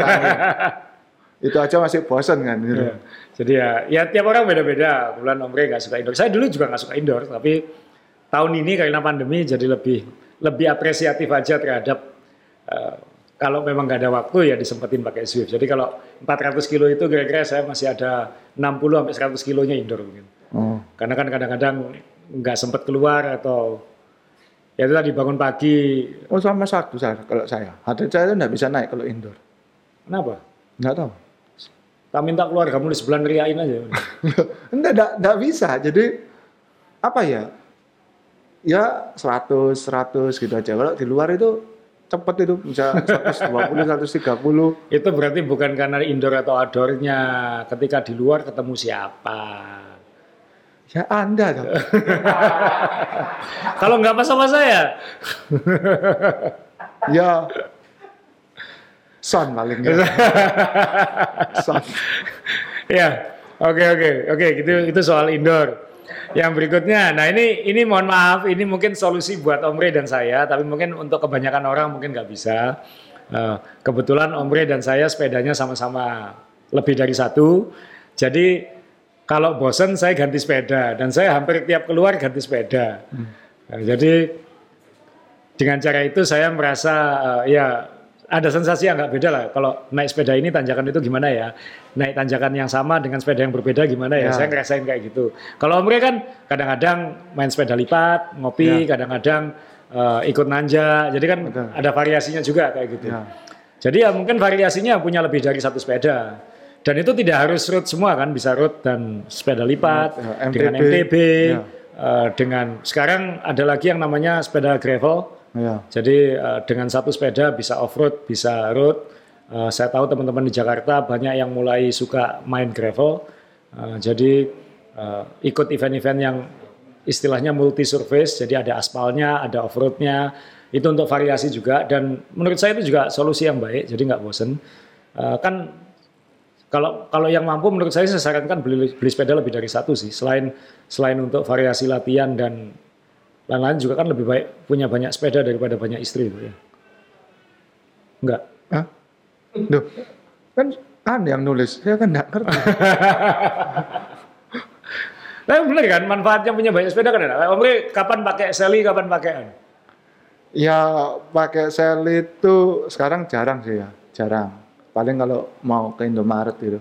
itu aja masih bosan kan gitu. Jadi ya tiap orang beda-beda. Kebetulan Om Rey nggak suka indoor, saya dulu juga nggak suka indoor, tapi tahun ini karena pandemi jadi lebih apresiatif aja terhadap kalau memang nggak ada waktu ya disempetin pakai Zwift. Jadi kalau 400 kilo itu kira-kira saya masih ada 60 sampai 100 kilonya indoor mungkin. Karena kan kadang-kadang nggak sempat keluar atau ya itu tadi bangun pagi. Sama satu kalau saya. Hati saya itu nggak bisa naik kalau indoor. Kenapa? Nggak tahu. Tak minta keluar kamu di sebelah riain aja. Enggak bisa. Jadi apa ya? Ya 100 gitu aja. Kalau di luar itu cepet itu bisa 120, 130. Itu berarti bukan karena indoor atau outdoornya. Ketika di luar ketemu siapa? Ya Anda dong. Kalau nggak pas sama saya. Ya Son paling nggak. Son. Ya, oke. Itu soal indoor. Yang berikutnya, nah ini mohon maaf, ini mungkin solusi buat Om Rey dan saya, tapi mungkin untuk kebanyakan orang mungkin nggak bisa. Kebetulan Om Rey dan saya sepedanya sama-sama lebih dari satu, jadi kalau bosen saya ganti sepeda, dan saya hampir tiap keluar ganti sepeda. Jadi dengan cara itu saya merasa ya ada sensasi yang nggak beda lah. Kalau naik sepeda ini tanjakan itu gimana ya? Naik tanjakan yang sama dengan sepeda yang berbeda gimana ya? Saya ngerasain kayak gitu. Kalau Om Rey kan kadang-kadang main sepeda lipat, ngopi, kadang-kadang ikut nanjak. Jadi kan ada variasinya juga kayak gitu. Jadi ya mungkin variasinya punya lebih dari satu sepeda. Dan itu tidak harus road semua kan, bisa road dan sepeda lipat, dengan MTB, dengan sekarang ada lagi yang namanya sepeda gravel. Jadi dengan satu sepeda bisa off-road, bisa road. Saya tahu teman-teman di Jakarta banyak yang mulai suka main gravel. Jadi ikut event-event yang istilahnya multi surface, jadi ada aspalnya, ada off-roadnya. Itu untuk variasi juga, dan menurut saya itu juga solusi yang baik, jadi nggak bosen. Kan Kalau yang mampu menurut saya sarankan beli sepeda lebih dari satu sih. Selain untuk variasi latihan dan lain-lain juga kan lebih baik punya banyak sepeda daripada banyak istri itu ya. Enggak. Hah? Duh, kan yang nulis, saya kan nggak ngerti. Tapi bener kan manfaatnya punya banyak sepeda kan enak. Om Rey kapan pakai Sally, kapan pakai Ya pakai sel itu sekarang jarang sih ya, jarang. Paling kalau mau ke Indomaret gitu,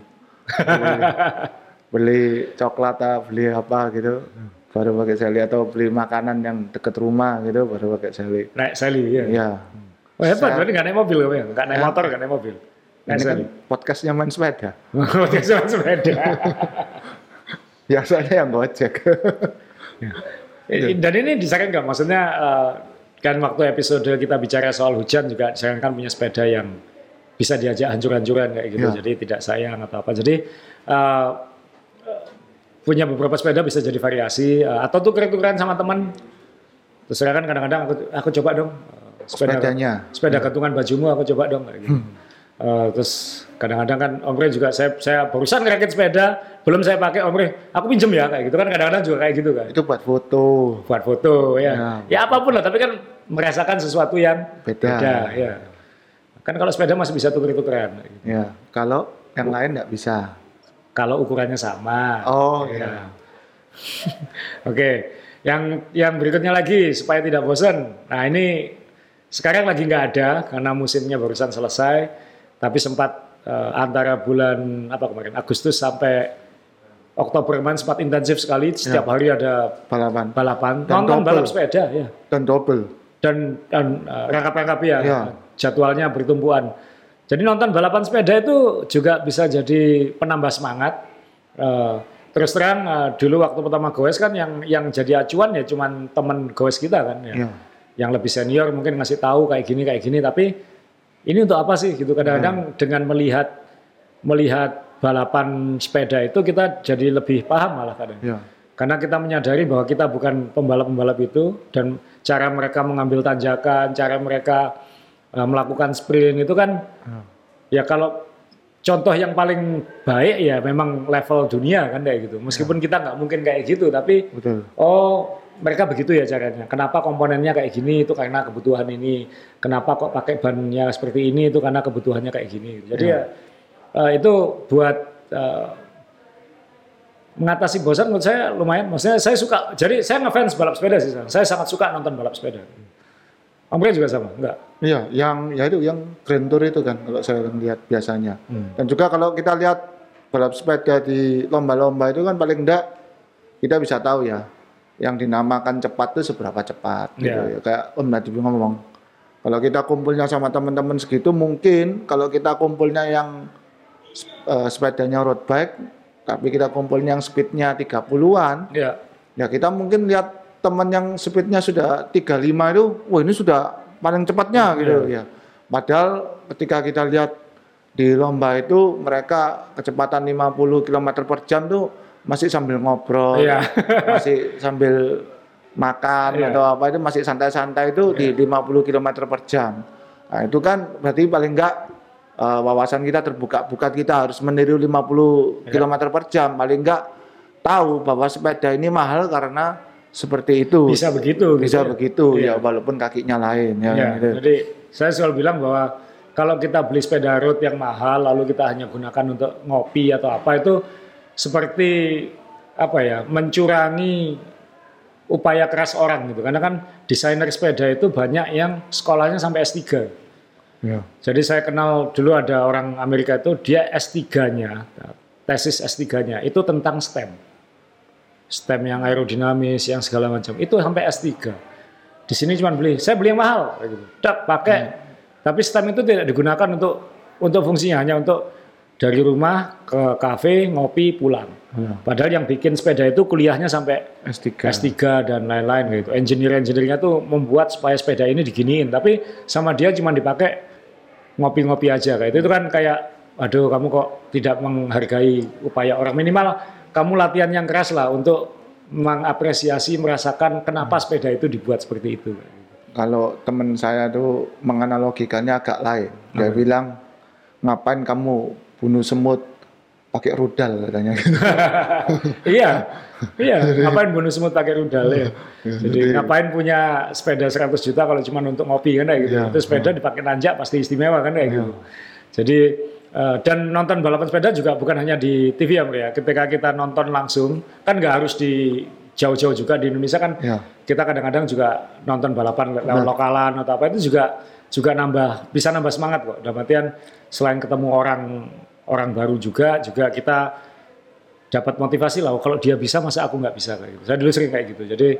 beli coklat atau beli apa gitu, baru pakai seli, atau beli makanan yang deket rumah gitu, baru pakai seli. naik Sally ya. Iya. Oh hebat, berarti nggak naik mobil kamu ya? Nggak naik motor, nggak naik mobil. Naik Ini kan Sally. podcastnya main sepeda. Pakai sepeda. Biasanya yang gojek. Dan ini disarankan nggak? Maksudnya kan waktu episode kita bicara soal hujan juga disarankan punya sepeda yang bisa diajak hancur-hancuran kayak gitu. Ya. Jadi tidak sayang atau apa. Jadi punya beberapa sepeda bisa jadi variasi atau tuker-tukeran sama teman. Terus kan kadang-kadang aku coba dong Sepedanya. sepeda gantungan bajumu aku coba dong kayak gitu. Terus kadang-kadang kan Om Rey juga saya barusan ngerakit sepeda belum saya pakai Om Rey aku pinjem ya kayak gitu kan kadang-kadang juga kayak gitu kan. Itu buat foto. Buat foto ya. Ya apapun lah tapi kan merasakan sesuatu yang Beda. ya. Kan kalau sepeda masih bisa tuker-tukeran. Gitu. Ya, kalau yang lain nggak bisa. Kalau ukurannya sama. Oh ya. iya. Oke. Yang berikutnya lagi supaya tidak bosan. Nah ini sekarang lagi nggak ada karena musimnya barusan selesai. Tapi sempat antara bulan apa kemarin Agustus sampai Oktober kemarin sempat intensif sekali. Setiap hari ada balapan. Dan Nonton double. balap sepeda ya. Dan double. Dan rangkap-rangkap ya. Ya. Jadwalnya bertumpuan. Jadi nonton balapan sepeda itu juga bisa jadi penambah semangat. Terus terang dulu waktu pertama goes kan yang jadi acuan ya cuman teman goes kita kan ya. Ya. Yang lebih senior mungkin ngasih tahu kayak gini tapi ini untuk apa sih gitu kadang-kadang dengan melihat balapan sepeda itu kita jadi lebih paham malah kadang. Ya. Karena kita menyadari bahwa kita bukan pembalap-pembalap itu dan cara mereka mengambil tanjakan, cara mereka melakukan sprint itu kan ya kalau contoh yang paling baik ya memang level dunia kan kayak gitu. Meskipun kita nggak mungkin kayak gitu tapi Betul. oh mereka begitu ya caranya. Kenapa komponennya kayak gini itu karena kebutuhan ini. Kenapa kok pakai bannya seperti ini itu karena kebutuhannya kayak gini. Jadi itu buat mengatasi bosan menurut saya lumayan. Maksudnya saya suka. Jadi saya ngefans balap sepeda sih. Saya sangat suka nonton balap sepeda. Om Rey juga sama, enggak? Iya, yang Grand Tour itu kan kalau saya lihat biasanya. Dan juga kalau kita lihat balap sepeda di lomba-lomba itu kan paling enggak kita bisa tahu ya yang dinamakan cepat itu seberapa cepat gitu ya. Kayak Om Nadiem ngomong. Kalau kita kumpulnya sama teman-teman segitu mungkin kalau kita kumpulnya yang sepedanya road bike tapi kita kumpulnya yang speednya 30-an. Ya kita mungkin lihat teman yang speednya sudah 35 itu, wah ini sudah paling cepatnya gitu ya. Padahal ketika kita lihat di lomba itu mereka kecepatan 50 km per jam tuh masih sambil ngobrol, masih sambil makan atau apa itu masih santai-santai itu di 50 km per jam. Nah itu kan berarti paling enggak wawasan kita terbuka, kita harus meniru 50 km per jam, paling enggak tahu bahwa sepeda ini mahal karena seperti itu. Bisa begitu. Ya walaupun kakinya lain ya. Gitu. Jadi saya selalu bilang bahwa kalau kita beli sepeda road yang mahal lalu kita hanya gunakan untuk ngopi atau apa itu seperti apa ya mencurangi upaya keras orang gitu. Karena kan desainer sepeda itu banyak yang sekolahnya sampai S3. Ya. Jadi saya kenal dulu ada orang Amerika itu dia S3-nya, tesis S3-nya itu tentang stem yang aerodinamis, yang segala macam. Itu sampai S3. Di sini cuma saya beli yang mahal gitu. Pakai. Tapi stem itu tidak digunakan untuk fungsinya, hanya untuk dari rumah ke kafe, ngopi, pulang. Padahal yang bikin sepeda itu kuliahnya sampai S3 dan lain-lain gitu. Engineer-nya tuh membuat supaya sepeda ini diginiin, tapi sama dia cuma dipakai ngopi-ngopi aja kayak itu kan kayak aduh kamu kok tidak menghargai upaya orang, minimal kamu latihan yang keras lah untuk mengapresiasi, merasakan kenapa sepeda itu dibuat seperti itu. Kalau teman saya tuh menganalogikannya agak lain. Dia bilang, ngapain kamu bunuh semut pakai rudal katanya. Iya, ngapain bonus semut pakai rudal ya. Jadi ngapain punya sepeda 100 juta kalau cuma untuk ngopi kan kayak gitu. Itu sepeda dipakai nanjak pasti istimewa kan kayak gitu. Jadi dan nonton balapan sepeda juga bukan hanya di TV ya. Ketika kita nonton langsung kan nggak harus di jauh-jauh juga di Indonesia kan. Kita kadang-kadang juga nonton balapan lewat lokalan atau apa itu juga bisa nambah semangat kok. Dalam artian selain ketemu orang baru juga kita dapat motivasi lah. Kalau dia bisa masa aku nggak bisa kayak gitu. Saya dulu sering kayak gitu. Jadi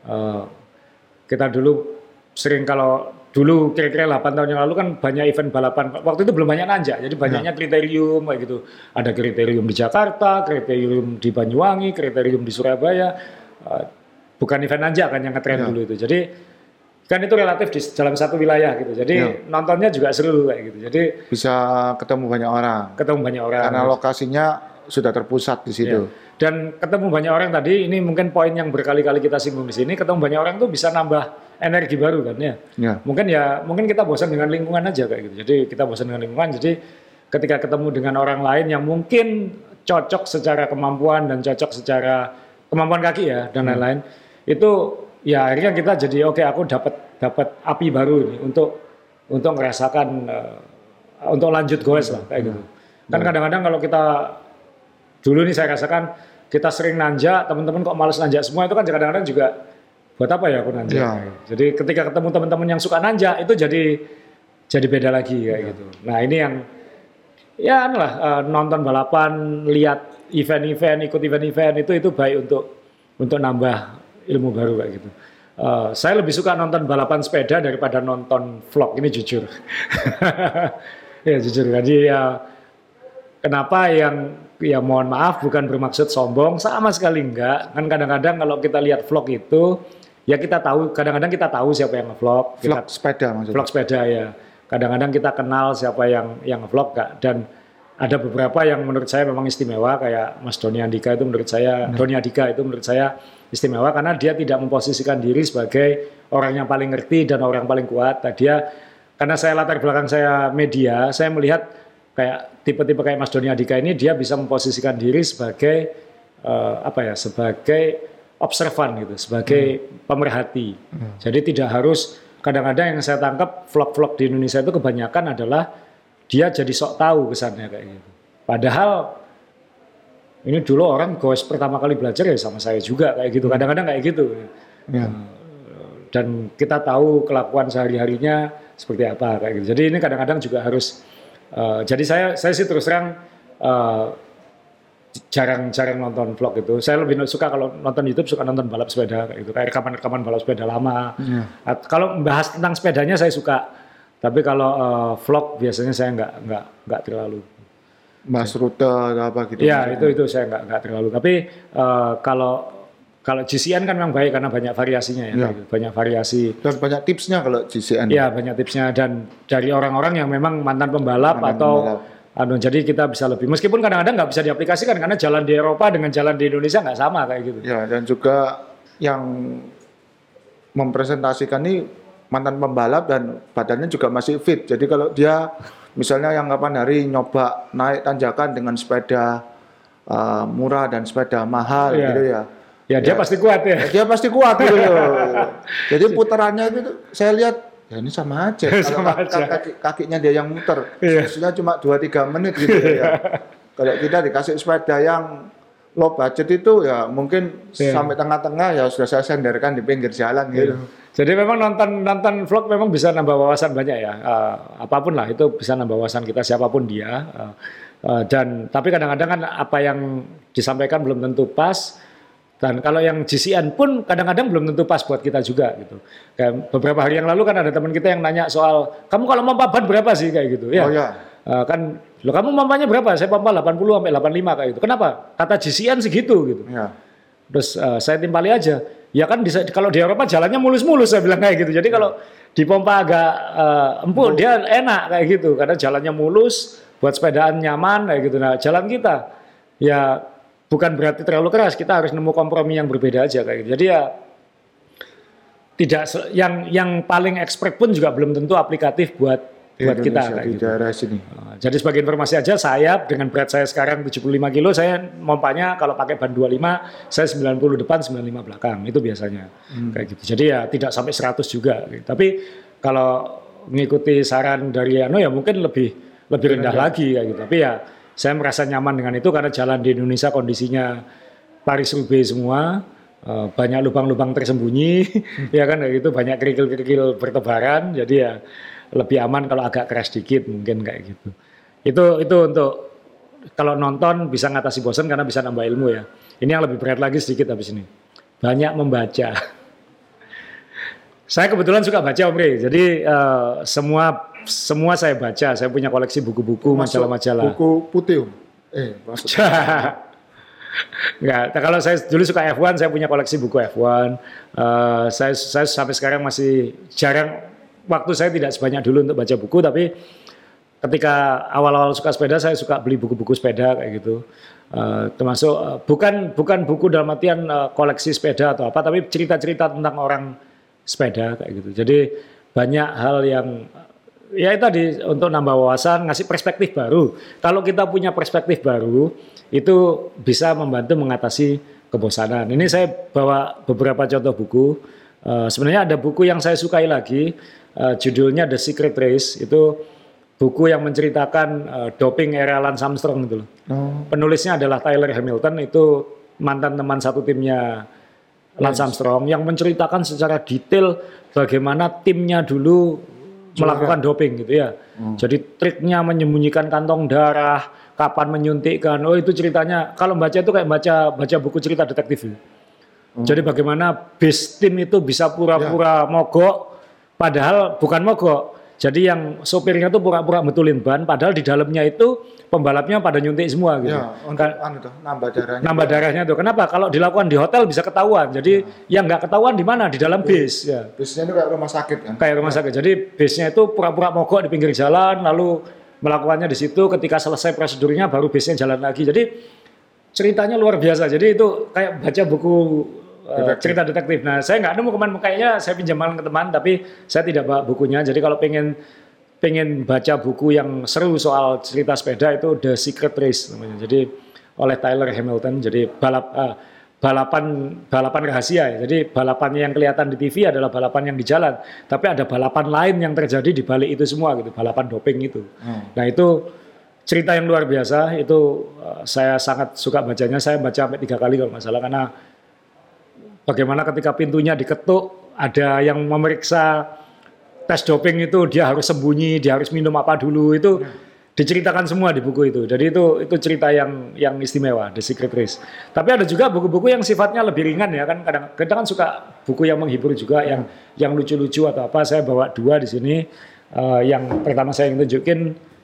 kita dulu sering kalau dulu kira-kira 8 tahun yang lalu kan banyak event balapan. Waktu itu belum banyak nanjak, jadi banyaknya kriterium kayak gitu. Ada kriterium di Jakarta, kriterium di Banyuwangi, kriterium di Surabaya. Bukan event nanjak kan yang ngetren dulu itu. Jadi kan itu relatif di dalam satu wilayah gitu. Jadi nontonnya juga seru kayak gitu. Jadi bisa ketemu banyak orang. Karena lokasinya sudah terpusat di situ. Dan ketemu banyak orang tadi, ini mungkin poin yang berkali-kali kita singgung di sini, ketemu banyak orang tuh bisa nambah energi baru kan ya. Mungkin kita bosan dengan lingkungan aja kayak gitu. Jadi kita bosan dengan lingkungan, jadi ketika ketemu dengan orang lain yang mungkin cocok secara kemampuan dan cocok secara kemampuan kaki ya dan lain-lain, itu ya akhirnya kita jadi oke, aku dapat api baru ini untuk ngerasakan untuk lanjut goes lah kayak gitu. Kan kadang-kadang kalau kita dulu nih saya rasakan kita sering nanjak, teman-teman kok males nanjak semua itu kan kadang-kadang juga buat apa ya aku nanjak. Jadi ketika ketemu teman-teman yang suka nanjak itu jadi beda lagi kayak gitu. Nah ini yang ya nonton balapan, lihat event-event, ikut event-event itu baik untuk nambah ilmu baru kayak gitu. Saya lebih suka nonton balapan sepeda daripada nonton vlog, ini jujur. Ya jujur, jadi ya kenapa ya mohon maaf bukan bermaksud sombong, sama sekali enggak. Kan kadang-kadang kalau kita lihat vlog itu, ya kadang-kadang kita tahu siapa yang nge-vlog. Vlog sepeda maksudnya? Vlog sepeda ya. Kadang-kadang kita kenal siapa yang nge-vlog dan ada beberapa yang menurut saya memang istimewa kayak Mas Doni Andika itu menurut saya istimewa karena dia tidak memposisikan diri sebagai orang yang paling ngerti dan orang yang paling kuat. Karena saya latar belakang saya media, saya melihat kayak tipe-tipe kayak Mas Doni Andika ini dia bisa memposisikan diri sebagai sebagai observan gitu, sebagai pemerhati. Jadi tidak harus, kadang-kadang yang saya tangkap vlog-vlog di Indonesia itu kebanyakan adalah dia jadi sok tahu kesannya kayak gitu. Padahal ini dulu orang goes pertama kali belajar ya sama saya juga kayak gitu. Kadang-kadang kayak gitu. Dan kita tahu kelakuan sehari-harinya seperti apa kayak gitu. Jadi ini kadang-kadang juga harus jadi saya sih terus terang jarang nonton vlog itu. Saya lebih suka kalau nonton YouTube suka nonton balap sepeda kayak gitu. Kayak rekaman balas sepeda lama. Kalau membahas tentang sepedanya saya suka. Tapi kalau vlog biasanya saya nggak terlalu. Bahas rute atau apa gitu. Ya itu saya nggak terlalu. Tapi kalau GCN kan memang baik karena banyak variasinya ya. Gitu. Banyak variasi. Dan banyak tipsnya kalau GCN. Iya banyak tipsnya dan dari orang-orang yang memang mantan pembalap jadi kita bisa lebih. Meskipun kadang-kadang nggak bisa diaplikasikan karena jalan di Eropa dengan jalan di Indonesia nggak sama kayak gitu. Ya dan juga yang mempresentasikan ini mantan pembalap dan badannya juga masih fit. Jadi kalau dia misalnya yang kapan hari nyoba naik tanjakan dengan sepeda murah dan sepeda mahal gitu ya. Ya dia pasti kuat ya. Dia pasti kuat gitu loh. Jadi putarannya itu saya lihat ya ini sama aja. Kalau kakinya dia yang muter, maksudnya cuma 2-3 menit gitu ya. Kalau kita dikasih sepeda yang low budget itu ya mungkin sampai tengah-tengah ya sudah saya senderkan di pinggir jalan gitu. Jadi memang nonton vlog memang bisa nambah wawasan banyak ya. Apapun lah itu bisa nambah wawasan kita siapapun dia. Tapi kadang-kadang kan apa yang disampaikan belum tentu pas. Dan kalau yang GCN pun kadang-kadang belum tentu pas buat kita juga gitu. Kayak beberapa hari yang lalu kan ada teman kita yang nanya soal kamu kalau pompa ban berapa sih kayak gitu ya. Kan lo kamu pompanya berapa? Saya pompa 80 sampai 85 kayak gitu. Kenapa? Kata GCN segitu gitu. Terus saya timpali aja. Ya kan kalau di Eropa jalannya mulus-mulus saya bilang kayak gitu. Jadi kalau dipompa agak empuk dia enak kayak gitu karena jalannya mulus, buat sepedaan nyaman kayak gitu. Nah, jalan kita ya bukan berarti terlalu keras, kita harus nemu kompromi yang berbeda aja kayak gitu. Jadi ya tidak yang paling expert pun juga belum tentu aplikatif buat buat kita Indonesia, kayak di gitu. daerah sini. Jadi sebagai informasi aja, saya dengan berat saya sekarang 75 kilo, saya mompanya kalau pakai ban 25, saya 90 depan, 95 belakang, itu biasanya kayak gitu. Jadi ya tidak sampai 100 juga. Gitu. Tapi kalau ngikuti saran dari Yano ya mungkin lebih rendah lagi kayak gitu. Tapi ya saya merasa nyaman dengan itu karena jalan di Indonesia kondisinya Paris-Roubaix semua. Banyak lubang-lubang tersembunyi, ya kan kayak gitu, banyak kerikil-kerikil bertebaran, jadi ya lebih aman kalau agak keras dikit mungkin kayak gitu. Itu untuk kalau nonton bisa ngatasi bosan karena bisa nambah ilmu ya. Ini yang lebih berat lagi sedikit habis ini. Banyak membaca. Saya kebetulan suka baca Om Rey, jadi semua saya baca. Saya punya koleksi buku-buku, majalah-majalah. Buku putih, Om. Maksudnya. Enggak, kalau saya dulu suka F1, saya punya koleksi buku F1. Saya sampai sekarang masih jarang, waktu saya tidak sebanyak dulu untuk baca buku, tapi ketika awal-awal suka sepeda, saya suka beli buku-buku sepeda kayak gitu. Termasuk bukan buku dalam artian koleksi sepeda atau apa, tapi cerita-cerita tentang orang sepeda kayak gitu. Jadi banyak hal yang ya itu tadi untuk nambah wawasan, ngasih perspektif baru. Kalau kita punya perspektif baru, itu bisa membantu mengatasi kebosanan. Ini saya bawa beberapa contoh buku. Sebenarnya ada buku yang saya sukai lagi, judulnya The Secret Race. Itu buku yang menceritakan doping era Lance Armstrong gitu loh. Penulisnya adalah Tyler Hamilton, itu mantan teman satu timnya Lance Armstrong, yang menceritakan secara detail bagaimana timnya dulu melakukan doping gitu ya. Jadi triknya menyembunyikan kantong darah, kapan menyuntikkan. Oh itu ceritanya, kalau baca itu kayak baca buku cerita detektif. Jadi bagaimana base tim itu bisa pura-pura mogok, padahal bukan mogok. Jadi yang sopirnya tuh pura-pura betulin ban, padahal di dalamnya itu pembalapnya pada nyuntik semua gitu. Ya, untuk nambah darahnya. Nambah darahnya tuh. Kenapa? Kalau dilakukan di hotel bisa ketahuan. Jadi yang nggak ketahuan di mana? Di dalam bis. Ya. Bisnya itu kayak rumah sakit kan? Kayak rumah sakit. Jadi bisnya itu pura-pura mogok di pinggir jalan, lalu melakukannya di situ. Ketika selesai prosedurnya, baru bisnya jalan lagi. Jadi ceritanya luar biasa. Jadi itu kayak baca buku cerita detektif. Nah, saya nggak nemu kemana, kayaknya saya pinjaman ke teman, tapi saya tidak bawa bukunya. Jadi kalau pengen baca buku yang seru soal cerita sepeda itu The Secret Race namanya. Jadi oleh Tyler Hamilton. Jadi balapan rahasia ya. Jadi balapan yang kelihatan di TV adalah balapan yang di jalan, tapi ada balapan lain yang terjadi di balik itu semua gitu, balapan doping itu. Nah, itu cerita yang luar biasa. Itu saya sangat suka bacanya. Saya baca sampai 3 kali kalau nggak salah, karena bagaimana ketika pintunya diketuk, ada yang memeriksa tes doping itu, dia harus sembunyi, dia harus minum apa dulu, itu diceritakan semua di buku itu. Jadi itu cerita yang istimewa, The Secret Race. Tapi ada juga buku-buku yang sifatnya lebih ringan ya kan, kadang kan suka buku yang menghibur juga, yang lucu-lucu atau apa. Saya bawa 2 di sini. Yang pertama saya ingin tunjukin,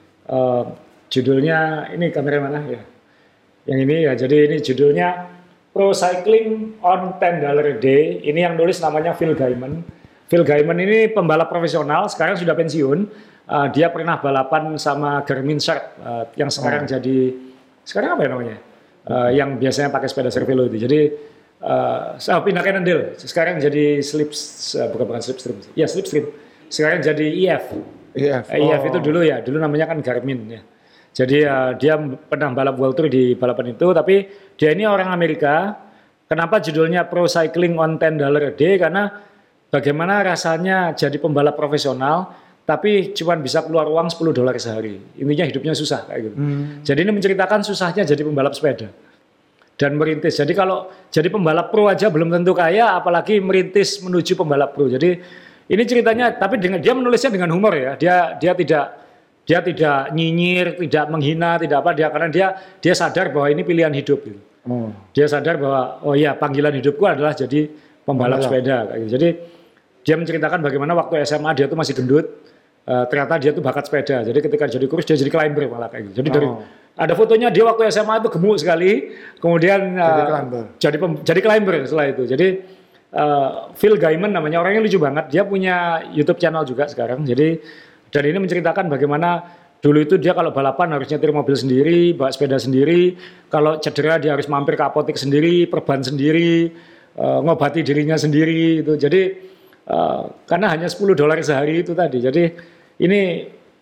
judulnya ini, kamera mana ya? Yang ini ya, jadi ini judulnya Pro Cycling on $10 a Day. Ini yang nulis namanya Phil Gaiman. Phil Gaiman ini pembalap profesional, sekarang sudah pensiun. Dia pernah balapan sama Garmin Sharp, yang sekarang jadi, sekarang apa ya namanya? Yang biasanya pakai sepeda Cervelo itu. Jadi pindah Cannondale. Sekarang jadi bukan Slipstream. Ya Slipstream. Sekarang jadi EF. EF itu dulu ya, dulu namanya kan Garmin ya. Jadi dia pernah balap World Tour di balapan itu, tapi dia ini orang Amerika. Kenapa judulnya Pro Cycling on $10 a Day? Karena bagaimana rasanya jadi pembalap profesional, tapi cuma bisa keluar uang $10 sehari. Intinya hidupnya susah kayak gitu. Jadi ini menceritakan susahnya jadi pembalap sepeda dan merintis. Jadi kalau jadi pembalap pro aja belum tentu kaya, apalagi merintis menuju pembalap pro. Jadi ini ceritanya, tapi dia menulisnya dengan humor ya. Dia tidak nyinyir, tidak menghina, tidak apa, karena dia sadar bahwa ini pilihan hidup gitu. Dia sadar bahwa oh ya, panggilan hidupku adalah jadi pembalap sepeda kayak gitu. Jadi dia menceritakan bagaimana waktu SMA dia tuh masih gendut, ternyata dia tuh bakat sepeda. Jadi ketika jadi kurus dia jadi climber malah kayak gitu. Jadi ada fotonya dia waktu SMA itu gemuk sekali, kemudian jadi climber setelah itu. Jadi Phil Gaiman namanya, orangnya lucu banget. Dia punya YouTube channel juga sekarang. Jadi dan ini menceritakan bagaimana dulu itu dia kalau balapan harus nyetir mobil sendiri, bawa sepeda sendiri. Kalau cedera dia harus mampir ke apotek sendiri, perban sendiri, ngobati dirinya sendiri. Itu. Jadi karena hanya $10 sehari itu tadi. Jadi ini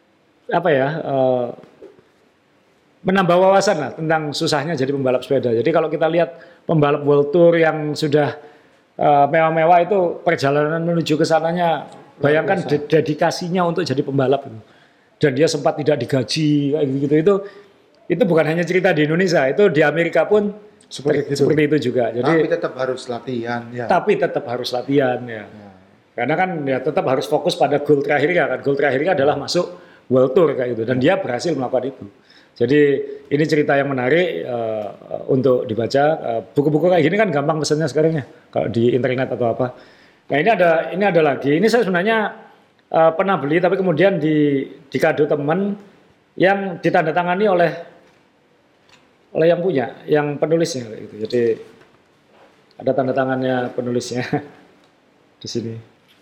apa ya, menambah wawasan lah tentang susahnya jadi pembalap sepeda. Jadi kalau kita lihat pembalap World Tour yang sudah mewah-mewah itu perjalanan menuju ke sananya, bayangkan dedikasinya untuk jadi pembalap itu. Dan dia sempat tidak digaji kayak gitu. Itu bukan hanya cerita di Indonesia, itu di Amerika pun seperti itu juga. Jadi tapi tetap harus latihan ya. Tapi tetap harus latihan ya. Karena kan ya tetap harus fokus pada goal terakhirnya kan. Goal terakhirnya adalah masuk World Tour kayak gitu, dan dia berhasil melakukan itu. Jadi ini cerita yang menarik untuk dibaca. Buku-buku kayak gini kan gampang pesannya sekarang ya, kalau di internet atau apa. Nah ini ada lagi. Ini saya sebenarnya pernah beli, tapi kemudian di kado teman yang ditandatangani oleh yang punya, yang penulisnya kayak gitu. Jadi ada tanda tangannya penulisnya di sini.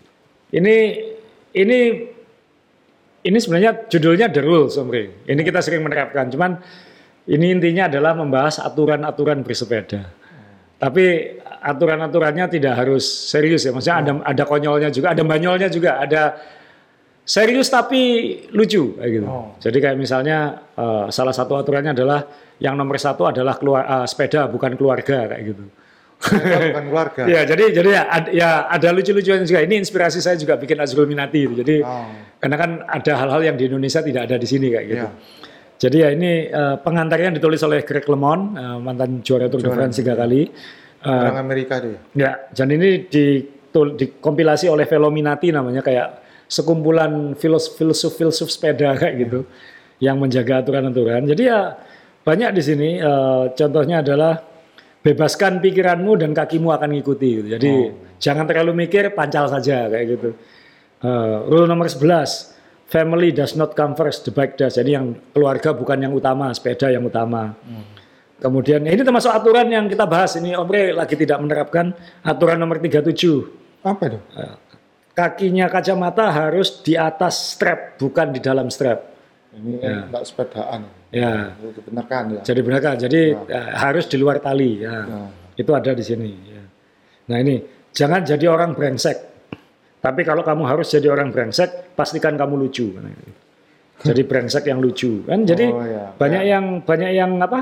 Ini sebenarnya judulnya The Rules, Om Rey. Ini kita sering menerapkan, cuman ini intinya adalah membahas aturan-aturan bersepeda. Tapi aturan-aturannya tidak harus serius ya, maksudnya ada konyolnya juga, ada banyolnya juga, ada serius tapi lucu kayak gitu. Jadi kayak misalnya salah satu aturannya adalah yang nomor 1 adalah sepeda bukan keluarga kayak gitu. Bukan keluarga. Ya, jadi ya ada lucu-lucuan juga. Ini inspirasi saya juga bikin Azrul Minati gitu. Jadi karena kan ada hal-hal yang di Indonesia tidak ada di sini kayak gitu. Jadi ya ini pengantarnya ditulis oleh Greg LeMond, mantan juara Tour de France 3 kali. Orang Amerika itu ya? Ya, dan ini dikompilasi oleh Velominati namanya, kayak sekumpulan filsuf sepeda kayak gitu yang menjaga aturan-aturan. Jadi ya banyak di sini. Contohnya adalah bebaskan pikiranmu dan kakimu akan ngikuti. Gitu. Jadi jangan terlalu mikir, pancal saja kayak gitu. Rule nomor 11, family does not come first, the bike does. Jadi yang keluarga bukan yang utama, sepeda yang utama. Kemudian ini termasuk aturan yang kita bahas. Ini Om Rey lagi tidak menerapkan aturan nomor 37. Apa itu? Kakinya kacamata harus di atas strap, bukan di dalam strap. Ini enggak sepedaan. Ya. Dibenarkan ya. Jadi benarkan. Jadi harus di luar tali. Ya. Itu ada di sini. Ya. Nah ini jangan jadi orang brengsek. Tapi kalau kamu harus jadi orang brengsek, pastikan kamu lucu. Jadi brengsek yang lucu. Kan jadi banyak yang apa?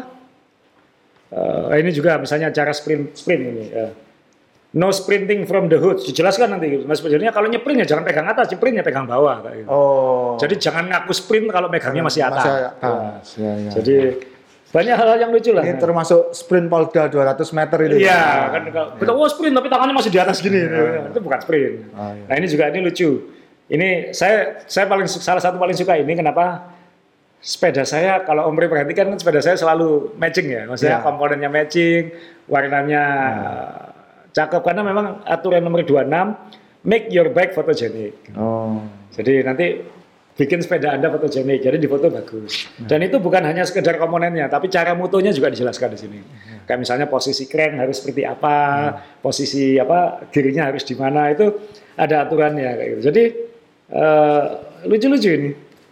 Ini juga misalnya cara sprint ini. No sprinting from the hood, dijelaskan nanti. Mas sebenarnya kalau nyeprin ya jangan pegang atas, nyeprin ya pegang bawah. Gitu. Jadi jangan ngaku sprint kalau megangnya masih atas. Ya. Jadi banyak hal yang lucu lah. Ini termasuk sprint Polda 200 meter itu. Iya, kan kalau sprint tapi tangannya masih di atas gini. Itu bukan sprint. Nah ini juga lucu. Ini saya salah satu paling suka ini. Kenapa? Sepeda saya, kalau Om Rey perhatikan kan sepeda saya selalu matching ya. Maksudnya komponennya matching, warnanya cakep, karena memang aturan nomor 26 make your bike photogenic. Jadi nanti bikin sepeda Anda fotogenik, jadi di foto bagus. Dan itu bukan hanya sekedar komponennya, tapi cara mutunya juga dijelaskan di sini. Kayak misalnya posisi crank harus seperti apa, posisi gearnya harus di mana, itu ada aturannya kayak gitu. Jadi lucu-lucu ini.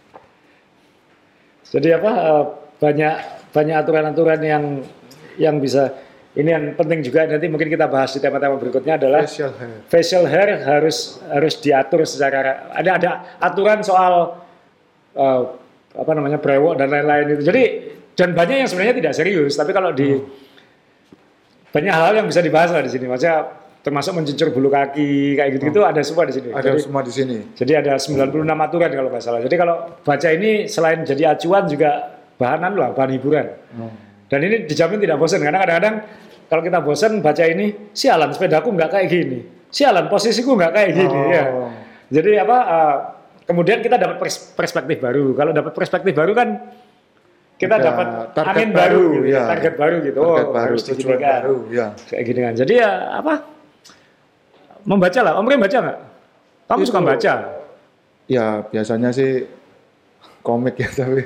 Jadi banyak aturan-aturan yang bisa. Ini yang penting juga, nanti mungkin kita bahas di tema-tema berikutnya adalah facial hair harus diatur secara ada aturan soal brewok dan lain-lain itu. Jadi dan banyak yang sebenarnya tidak serius, tapi kalau banyak hal yang bisa dibahas lah di sini. Maksudnya termasuk mencucur bulu kaki kayak gitu ada semua di sini. Ada semua di sini. Jadi ada 96 aturan kalau nggak salah. Jadi kalau baca ini selain jadi acuan juga bahan hiburan. Dan ini dijamin tidak bosan, karena kadang-kadang kalau kita bosan baca ini, sialan sepedaku nggak kayak gini, sialan posisiku nggak kayak gini. Ya. Jadi kemudian kita dapat perspektif baru. Kalau dapat perspektif baru kan kita dapat angin baru, gitu, target baru gitu. Harus tujuan baru, ya. Kayak gini kan. Jadi membaca lah. Om Rey baca nggak? Kamu suka baca? Ya biasanya sih komik ya tapi.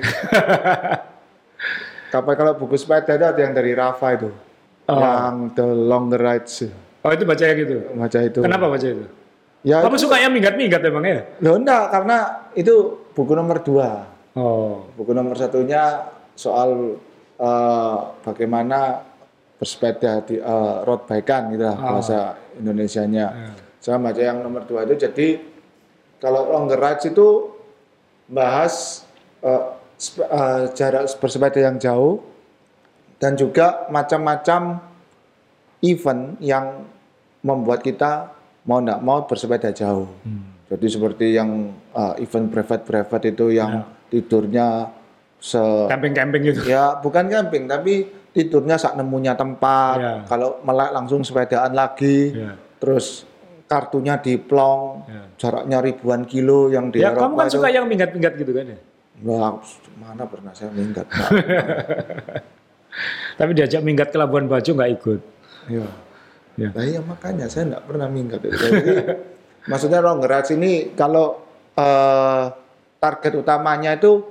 Kalau buku sepeda itu ada yang dari Rafa itu, yang The Longer Rides. Oh itu baca gitu? Baca itu. Kenapa baca itu? Ya, kamu suka yang minggat-minggat emang ya? Loh enggak, karena itu buku nomor 2. Buku nomor 1-nya soal bagaimana bersepeda di road bike-an gitu lah bahasa Indonesianya. Saya baca yang nomor 2 itu, jadi kalau Longer Rides itu bahas jarak bersepeda yang jauh, dan juga macam-macam event yang membuat kita mau tidak mau bersepeda jauh. Jadi seperti yang event brevet itu yang tidurnya camping gitu. Ya bukan camping, tapi tidurnya sak nemunya tempat. Kalau melek langsung sepedaan lagi. Terus kartunya diplong, jaraknya ribuan kilo yang di Eropa. Kamu kan suka yang minggat-minggat gitu kan ya? Wah, mana pernah saya minggat. Tapi diajak minggat ke Labuan Bajo nggak ikut. Nah iya makanya saya nggak pernah minggat. Jadi maksudnya long range ini kalau target utamanya itu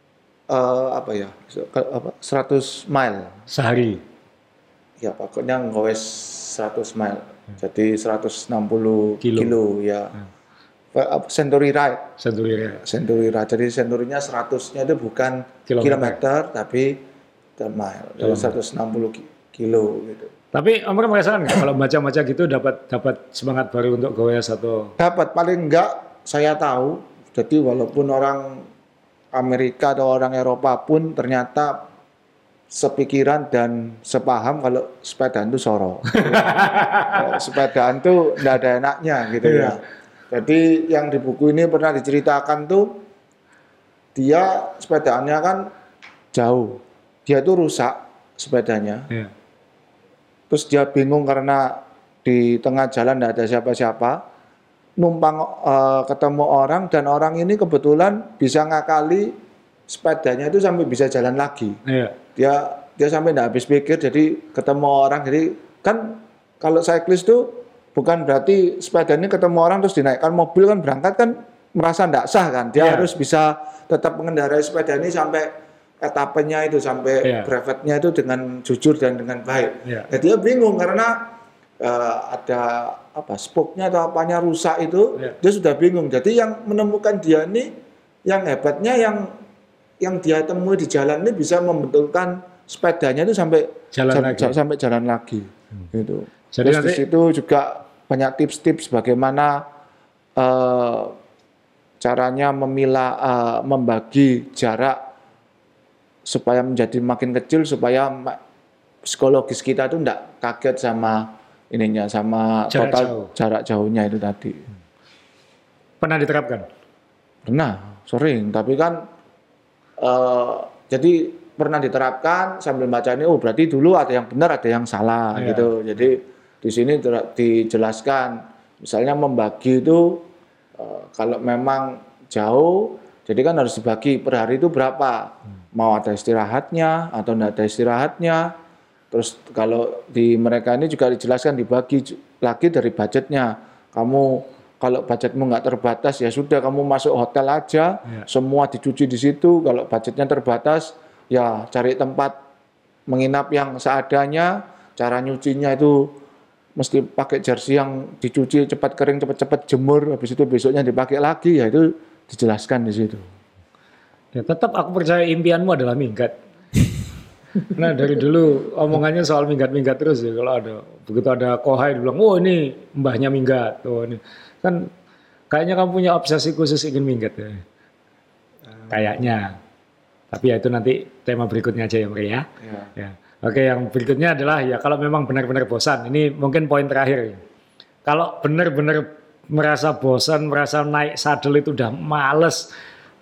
100 mile sehari. Ya pokoknya ngowes 100 mile. Jadi 160 kilo ya. Century ride. Century ride. Jadi century-nya 100-nya itu bukan kilometer tapi mile. Jadi 160 kilo gitu. Tapi Om merasakan nggak kalau baca-baca gitu dapat semangat baru untuk goes atau? Dapat, paling enggak saya tahu. Jadi walaupun orang Amerika atau orang Eropa pun ternyata sepikiran dan sepaham kalau sepedaan itu soro. Sepedaan itu enggak ada enaknya gitu ya. Jadi yang di buku ini pernah diceritakan tuh dia sepedaannya kan jauh. Dia tuh rusak sepedanya. Terus dia bingung karena di tengah jalan enggak ada siapa-siapa. Numpang ketemu orang dan orang ini kebetulan bisa ngakali sepedanya itu sampai bisa jalan lagi. Dia sampai enggak habis pikir, jadi ketemu orang. Jadi kan kalau cyclist tuh bukan berarti sepeda ini ketemu orang terus dinaikkan mobil kan berangkat kan merasa enggak sah kan. Dia harus bisa tetap mengendarai sepeda ini sampai etapenya itu sampai brevetnya itu dengan jujur dan dengan baik. Nah, dia bingung karena ada spoke-nya atau apanya rusak itu, dia sudah bingung. Jadi yang menemukan dia ini, yang hebatnya yang dia temui di jalan ini bisa membetulkan sepedanya itu sampai jalan lagi. Gitu. Jadi terus di situ juga banyak tips-tips bagaimana caranya membagi jarak supaya menjadi makin kecil supaya psikologis kita itu enggak kaget sama jarak jauhnya itu tadi. Pernah diterapkan? Pernah, sering. Tapi kan jadi pernah diterapkan sambil baca ini. Oh berarti dulu ada yang benar, ada yang salah gitu. Jadi di sini dijelaskan, misalnya membagi itu kalau memang jauh, jadi kan harus dibagi per hari itu berapa. Mau ada istirahatnya atau tidak ada istirahatnya. Terus kalau di mereka ini juga dijelaskan dibagi lagi dari budgetnya. Kamu kalau budgetmu nggak terbatas ya sudah kamu masuk hotel aja, semua dicuci di situ. Kalau budgetnya terbatas ya cari tempat menginap yang seadanya. Cara nyucinya itu mesti pakai jersey yang dicuci cepat kering, cepat jemur. Habis itu besoknya dipakai lagi, ya itu dijelaskan di situ. Ya, tetap aku percaya impianmu adalah minggat. Nah dari dulu omongannya soal minggat-minggat terus ya, kalau begitu ada kohai bilang, oh ini mbahnya minggat, oh ini kan kayaknya kamu punya obsesi khusus ingin minggat ya, kayaknya. Tapi ya itu nanti tema berikutnya aja ya Mri ya. Ya. Oke, yang berikutnya adalah ya kalau memang benar-benar bosan, ini mungkin poin terakhir. Kalau benar-benar merasa bosan, merasa naik sadel itu udah males,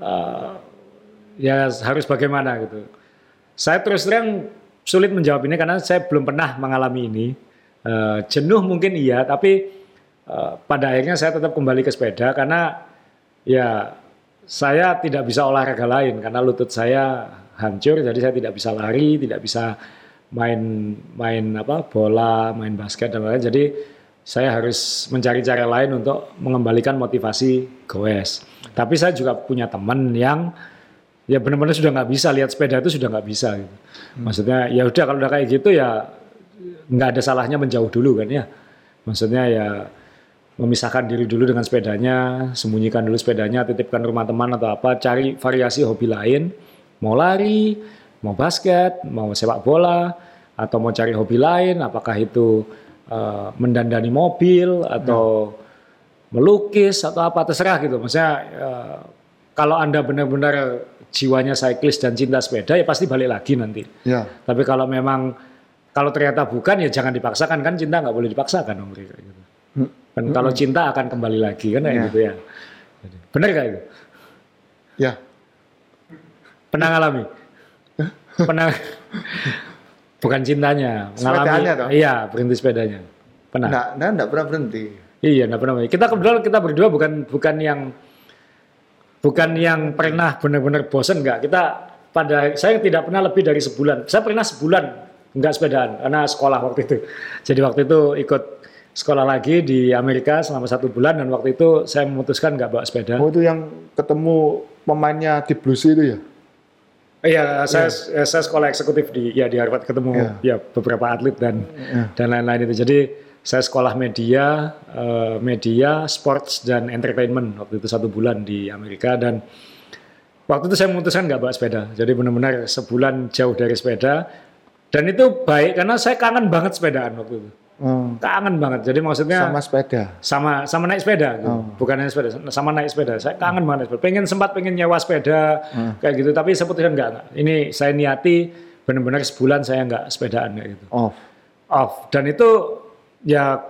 ya harus bagaimana gitu. Saya terus terang sulit menjawab ini karena saya belum pernah mengalami ini. Jenuh mungkin iya, tapi pada akhirnya saya tetap kembali ke sepeda karena ya saya tidak bisa olahraga lain karena lutut saya hancur, jadi saya tidak bisa lari, tidak bisa main bola, main basket dan lain-lain. Jadi saya harus mencari cara lain untuk mengembalikan motivasi goes. Tapi saya juga punya teman yang ya benar-benar sudah nggak bisa lihat sepeda itu sudah nggak bisa gitu. Maksudnya ya udah kalau udah kayak gitu ya nggak ada salahnya menjauh dulu kan ya. Maksudnya ya memisahkan diri dulu dengan sepedanya, sembunyikan dulu sepedanya, titipkan rumah teman atau apa, cari variasi hobi lain, mau lari, mau basket, mau sepak bola, atau mau cari hobi lain, apakah itu mendandani mobil atau melukis atau apa terserah gitu. Maksudnya kalau Anda benar-benar jiwanya cyclist dan cinta sepeda ya pasti balik lagi nanti. Ya. Tapi kalau ternyata bukan ya jangan dipaksakan, kan cinta nggak boleh dipaksakan Om Ri, kayak gitu. Dan kalau cinta akan kembali lagi kan kayak gitu ya. Benar kayak itu? Ya. Pernah ngalami? Pernah? Bukan cintanya, Sepedanya toh? Iya, berhenti sepedanya. Pernah? Enggak pernah berhenti. Iya, enggak pernah. Kita kebetulan kita berdua bukan yang pernah benar-benar bosan, enggak. Saya tidak pernah lebih dari sebulan. Saya pernah sebulan enggak sepedaan karena sekolah waktu itu. Jadi waktu itu ikut sekolah lagi di Amerika selama 1 bulan dan waktu itu saya memutuskan enggak bawa sepeda. Oh, itu yang ketemu pemainnya di Blues itu ya? Iya, saya sekolah eksekutif di Harvard, ketemu ya beberapa atlet dan lain-lain itu. Jadi saya sekolah media, sports dan entertainment waktu itu 1 bulan di Amerika dan waktu itu saya memutuskan nggak bawa sepeda. Jadi benar-benar sebulan jauh dari sepeda dan itu baik karena saya kangen banget sepedaan waktu itu. Kangen banget. Jadi maksudnya sama sepeda. Sama naik sepeda, gitu. Bukan naik sepeda, sama naik sepeda. Saya kangen banget sepeda. Sempat pengen nyewa sepeda kayak gitu, tapi saya putuskan enggak. Ini saya niati benar-benar sebulan saya enggak sepedaan kayak gitu. Off. Dan itu ya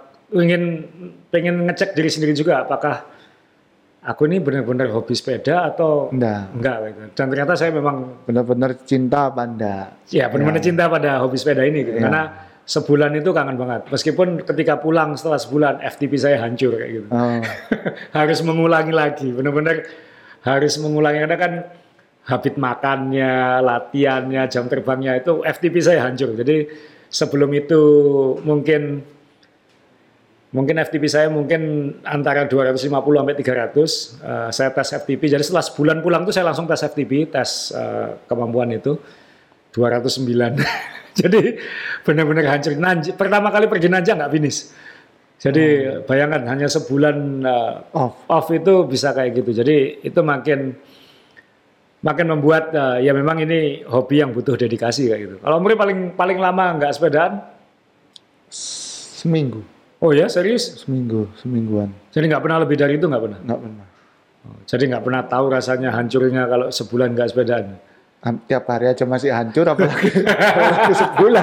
pengen ngecek diri sendiri juga apakah aku ini benar-benar hobi sepeda atau enggak gitu. Dan ternyata saya memang benar-benar cinta pada. Ya, benar-benar cinta pada hobi sepeda ini gitu. Karena sebulan itu kangen banget. Meskipun ketika pulang setelah sebulan FTP saya hancur kayak gitu. Harus mengulangi lagi. Benar-benar harus mengulangi karena kan habit makannya, latihannya, jam terbangnya itu FTP saya hancur. Jadi sebelum itu mungkin FTP saya mungkin antara 250 sampai 300. Saya tes FTP. Jadi setelah sebulan pulang tuh saya langsung tes FTP, tes kemampuan itu 209. Jadi benar-benar hancur. Pertama kali pergi Nanjing nggak finish. Jadi bayangkan hanya sebulan off itu bisa kayak gitu. Jadi itu makin membuat ya memang ini hobi yang butuh dedikasi kayak gitu. Kalau umurnya paling lama nggak sepedaan? Seminggu. Oh ya, serius? Semingguan. Jadi nggak pernah lebih dari itu, nggak pernah? Nggak pernah. Jadi nggak pernah tahu rasanya hancurnya kalau sebulan nggak sepedaan? Tiap hari aja masih hancur, apalagi sebulan.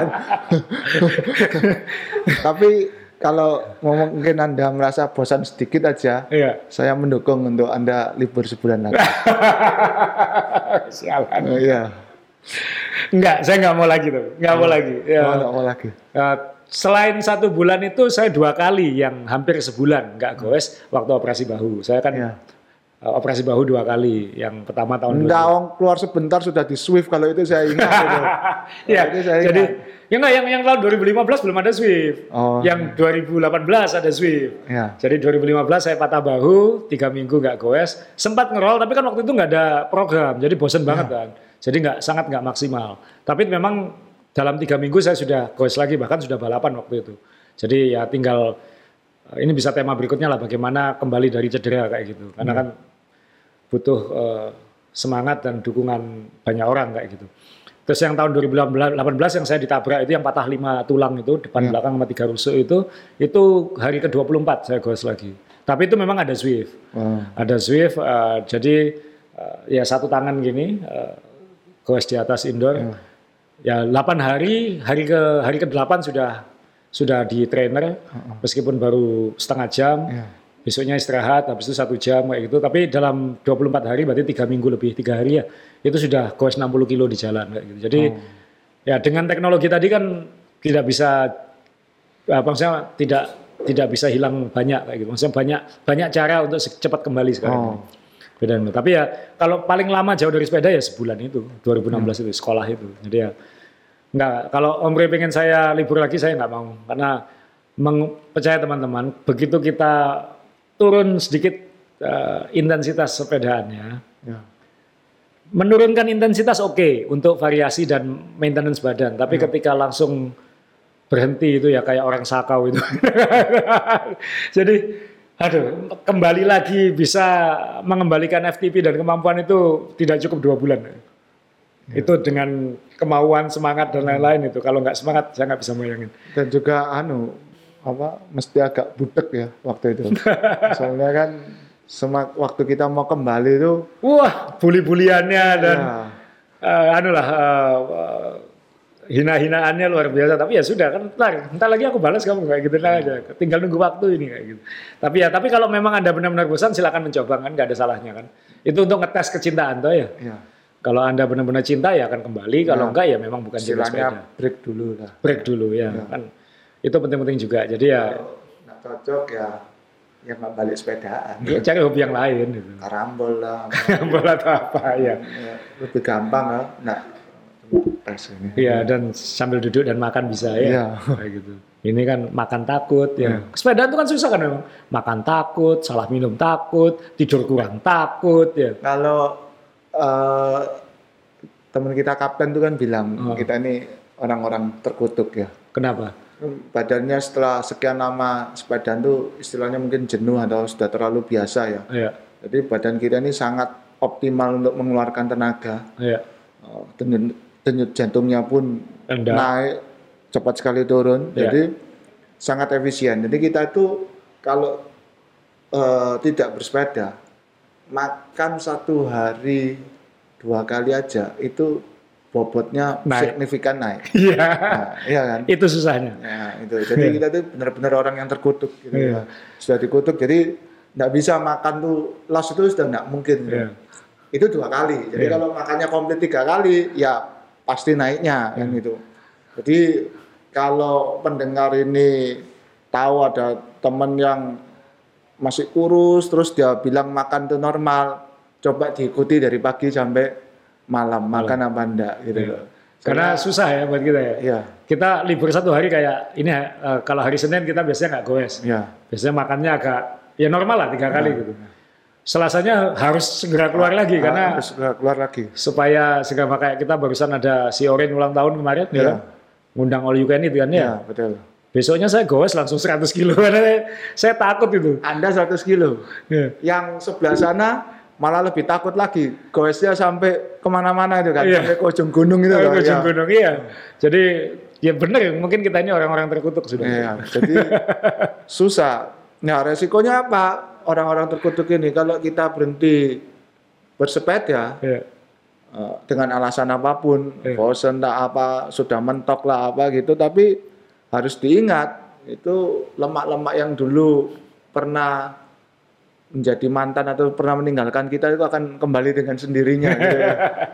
Tapi kalau mungkin Anda merasa bosan sedikit aja, saya mendukung untuk Anda libur sebulan lagi. Sialan. Iya. Enggak, saya nggak mau lagi tuh. Nggak mau lagi. Ya. Nggak mau lagi. Selain 1 bulan itu saya 2 kali yang hampir sebulan nggak goes waktu operasi bahu. Saya kan operasi bahu 2 kali. Yang pertama tahun keluar sebentar sudah di Swift kalau itu saya ingat. Ya, jadi yang tahun 2015 belum ada Swift. Yang 2018 ada Swift. Jadi 2015 saya patah bahu, 3 minggu nggak goes. Sempat ngerol tapi kan waktu itu nggak ada program, jadi bosen banget kan. Jadi sangat nggak maksimal. Tapi memang dalam 3 minggu saya sudah goes lagi, bahkan sudah balapan waktu itu. Jadi ya tinggal ini bisa tema berikutnya lah, bagaimana kembali dari cedera kayak gitu. Karena kan butuh semangat dan dukungan banyak orang kayak gitu. Terus yang tahun 2018 yang saya ditabrak itu yang patah 5 tulang itu, depan belakang sama 3 rusuk itu hari ke-24 saya goes lagi. Tapi itu memang ada Swift. Ada Swift, jadi ya 1 tangan gini, goes di atas indoor. Ya 8 hari ke-8 sudah di trainer, meskipun baru setengah jam, besoknya istirahat, habis itu 1 jam kayak gitu. Tapi dalam 24 hari, berarti 3 minggu lebih, 3 hari ya, itu sudah goes 60 kilo di jalan kayak gitu. Jadi ya dengan teknologi tadi kan tidak bisa, maksudnya tidak bisa hilang banyak kayak gitu. Maksudnya banyak cara untuk cepat kembali sekarang. Tapi ya kalau paling lama jauh dari sepeda ya sebulan itu, 2016 itu sekolah itu. Jadi ya enggak, kalau Om Ri pengen saya libur lagi saya nggak mau, karena percaya teman-teman, begitu kita turun sedikit intensitas sepedaannya, menurunkan intensitas oke untuk variasi dan maintenance badan, tapi ketika langsung berhenti itu ya kayak orang sakau itu. Jadi kembali lagi bisa mengembalikan FTP dan kemampuan itu tidak cukup 2 bulan. Itu dengan kemauan, semangat dan lain-lain itu. Kalau nggak semangat saya nggak bisa bayangin. Dan juga mesti agak budek ya waktu itu. Soalnya kan waktu kita mau kembali itu, wah, bully-buliannya dan ya, hina-hinaannya luar biasa. Tapi ya sudah kan, ntar lagi aku balas kamu kayak gitu aja. Tinggal nunggu waktu ini kayak gitu. Tapi kalau memang Anda benar-benar bosan, silakan mencoba kan, nggak ada salahnya kan. Itu untuk ngetes kecintaan toh ya. ya. Kalau Anda benar-benar cinta ya akan kembali. Kalau enggak ya memang bukan cinta Istilahnya sepeda. break dulu lah. Break dulu ya. Kan. Itu penting-penting juga. Jadi ya. Nggak cocok ya nggak balik sepedaan. Ya cari hobi yang lain gitu. Karambol lah. Karambol atau apa ya. Lebih gampang lah. Nah, tes ini. Iya, dan sambil duduk dan makan bisa ya. Iya. Kayak gitu. Ini kan makan takut ya. Sepedaan itu kan susah kan memang. Makan takut, salah minum takut, tidur kurang takut ya. Kalau teman kita kapten itu kan bilang kita ini orang-orang terkutuk ya. Kenapa? Badannya setelah sekian lama sepedaan tuh istilahnya mungkin jenuh atau sudah terlalu biasa ya. Iya. Jadi badan kita ini sangat optimal untuk mengeluarkan tenaga. Iya. Denyut jantungnya pun rendah, naik, cepat sekali turun. Iya. Jadi sangat efisien. Jadi kita itu kalau tidak bersepeda, makan satu hari 2 kali aja itu bobotnya signifikan naik. Iya. Nah, iya kan? Itu susahnya. Nah, itu. Jadi kita tuh benar-benar orang yang terkutuk gitu ya. Sudah dikutuk jadi nggak bisa makan tuh loss itu sudah nggak mungkin. Gitu. Itu 2 kali. Jadi kalau makannya komplit 3 kali ya pasti naiknya kan gitu. Jadi kalau pendengar ini tahu ada teman yang masih kurus terus dia bilang makan itu normal, coba diikuti dari pagi sampai malam makan apa enggak gitu. Karena susah ya buat kita ya. Iya. Kita libur 1 hari kayak ini kalau hari Senin kita biasanya nggak goes. Iya. Biasanya makannya agak ya normal lah 3 kali gitu. Selasanya harus segera keluar lagi karena harus segera keluar lagi. Supaya segera kayak kita barusan ada si Oren ulang tahun kemarin ya. Ngundang all you can eat kan ya. Iya, betul. Besoknya saya goes langsung 100 kilo karena saya takut itu. Anda 100 kilo. Yang sebelah sana malah lebih takut lagi. Goesnya sampai kemana-mana itu kan. Sampai ke ujung gunung itu. Ke ujung gunung iya. Jadi ya benar mungkin kita ini orang-orang terkutuk sudah. Iya, jadi susah. Nah resikonya apa? Orang-orang terkutuk ini kalau kita berhenti bersepeda dengan alasan apapun, bosan tak apa, sudah mentok lah apa gitu, tapi harus diingat itu lemak-lemak yang dulu pernah menjadi mantan atau pernah meninggalkan kita itu akan kembali dengan sendirinya. Gitu ya.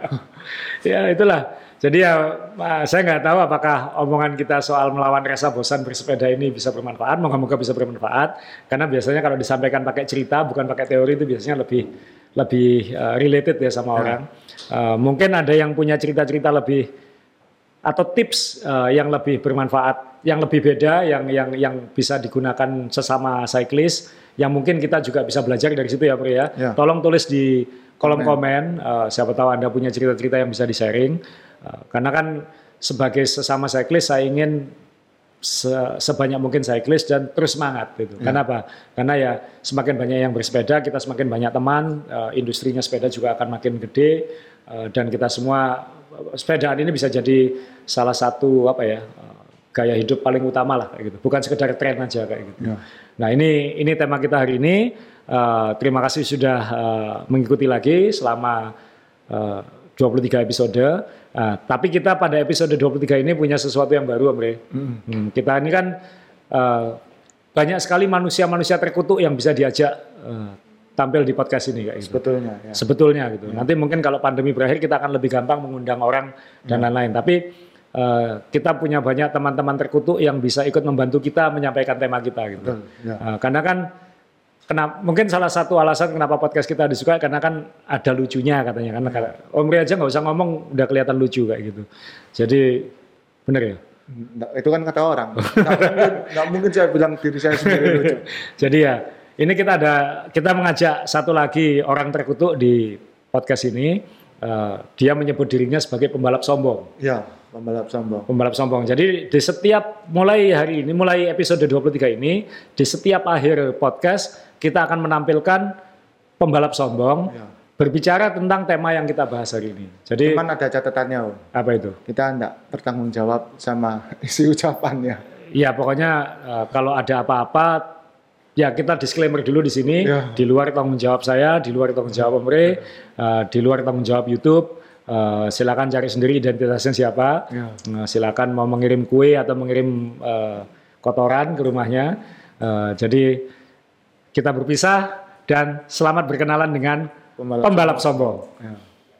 Ya itulah. Jadi ya saya nggak tahu apakah omongan kita soal melawan rasa bosan bersepeda ini bisa bermanfaat. Moga-moga bisa bermanfaat. Karena biasanya kalau disampaikan pakai cerita bukan pakai teori itu biasanya lebih related ya sama orang. Mungkin ada yang punya cerita-cerita lebih atau tips yang lebih bermanfaat, yang lebih beda, yang bisa digunakan sesama cyclist, yang mungkin kita juga bisa belajar dari situ ya, Pri ya. Tolong tulis di kolom komen. Siapa tahu Anda punya cerita-cerita yang bisa di-sharing. Karena kan sebagai sesama cyclist saya ingin sebanyak mungkin cyclist dan terus semangat gitu. Kenapa? Karena ya semakin banyak yang bersepeda, kita semakin banyak teman, industrinya sepeda juga akan makin gede, dan kita semua sepedaan ini bisa jadi salah satu gaya hidup paling utama lah kayak gitu. Bukan sekedar tren aja kayak gitu. Nah ini tema kita hari ini. Terima kasih sudah mengikuti lagi selama 23 episode. Tapi kita pada episode 23 ini punya sesuatu yang baru, Om Re. Kita ini kan banyak sekali manusia-manusia terkutuk yang bisa diajak tampil di podcast ini kayak gitu. Sebetulnya gitu. Nanti mungkin kalau pandemi berakhir kita akan lebih gampang mengundang orang dan lain-lain. Tapi kita punya banyak teman-teman terkutuk yang bisa ikut membantu kita menyampaikan tema kita gitu. Karena kan mungkin salah satu alasan kenapa podcast kita disukai karena kan ada lucunya katanya kan. Om Ri aja nggak usah ngomong udah kelihatan lucu kayak gitu. Jadi bener ya. Itu kan kata orang. Nggak mungkin saya bilang diri saya sendiri lucu. Jadi ya ini kita mengajak satu lagi orang terkutuk di podcast ini. Dia menyebut dirinya sebagai pembalap sombong. Ya, pembalap sombong. Pembalap sombong. Jadi di setiap mulai hari ini, mulai episode 23 ini, di setiap akhir podcast kita akan menampilkan pembalap sombong berbicara tentang tema yang kita bahas hari ini. Jadi cuman ada catatannya, Om. Apa itu? Kita enggak bertanggung jawab sama isi ucapannya. Iya, pokoknya kalau ada apa-apa Ya, kita disclaimer dulu di sini, Ya. di luar tanggung jawab saya, di luar tanggung jawab Om Rey, di luar tanggung jawab YouTube. Silakan cari sendiri identitasnya siapa. Ya. Silakan mau mengirim kue atau mengirim kotoran ke rumahnya. Jadi kita berpisah dan selamat berkenalan dengan pembalap sombong. Ya.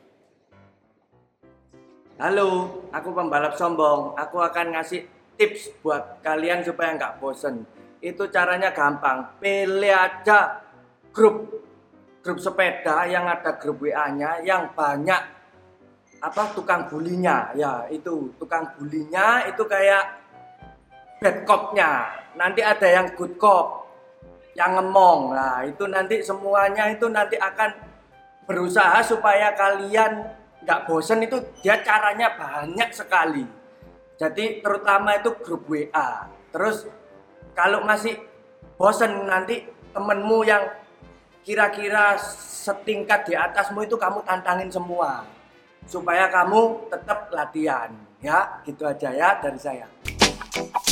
Halo, aku pembalap sombong. Aku akan ngasih tips buat kalian supaya nggak bosen. Itu caranya gampang. Pilih aja grup sepeda yang ada grup WA-nya yang banyak tukang bulinya. Ya, itu tukang bulinya itu kayak bad cop-nya. Nanti ada yang good cop, yang ngemong. Nah, itu nanti semuanya itu nanti akan berusaha supaya kalian nggak bosen. Itu dia caranya banyak sekali. Jadi terutama itu grup WA. Terus kalau masih bosen nanti temenmu yang kira-kira setingkat di atasmu itu kamu tantangin semua supaya kamu tetap latihan. Ya, gitu aja ya dari saya.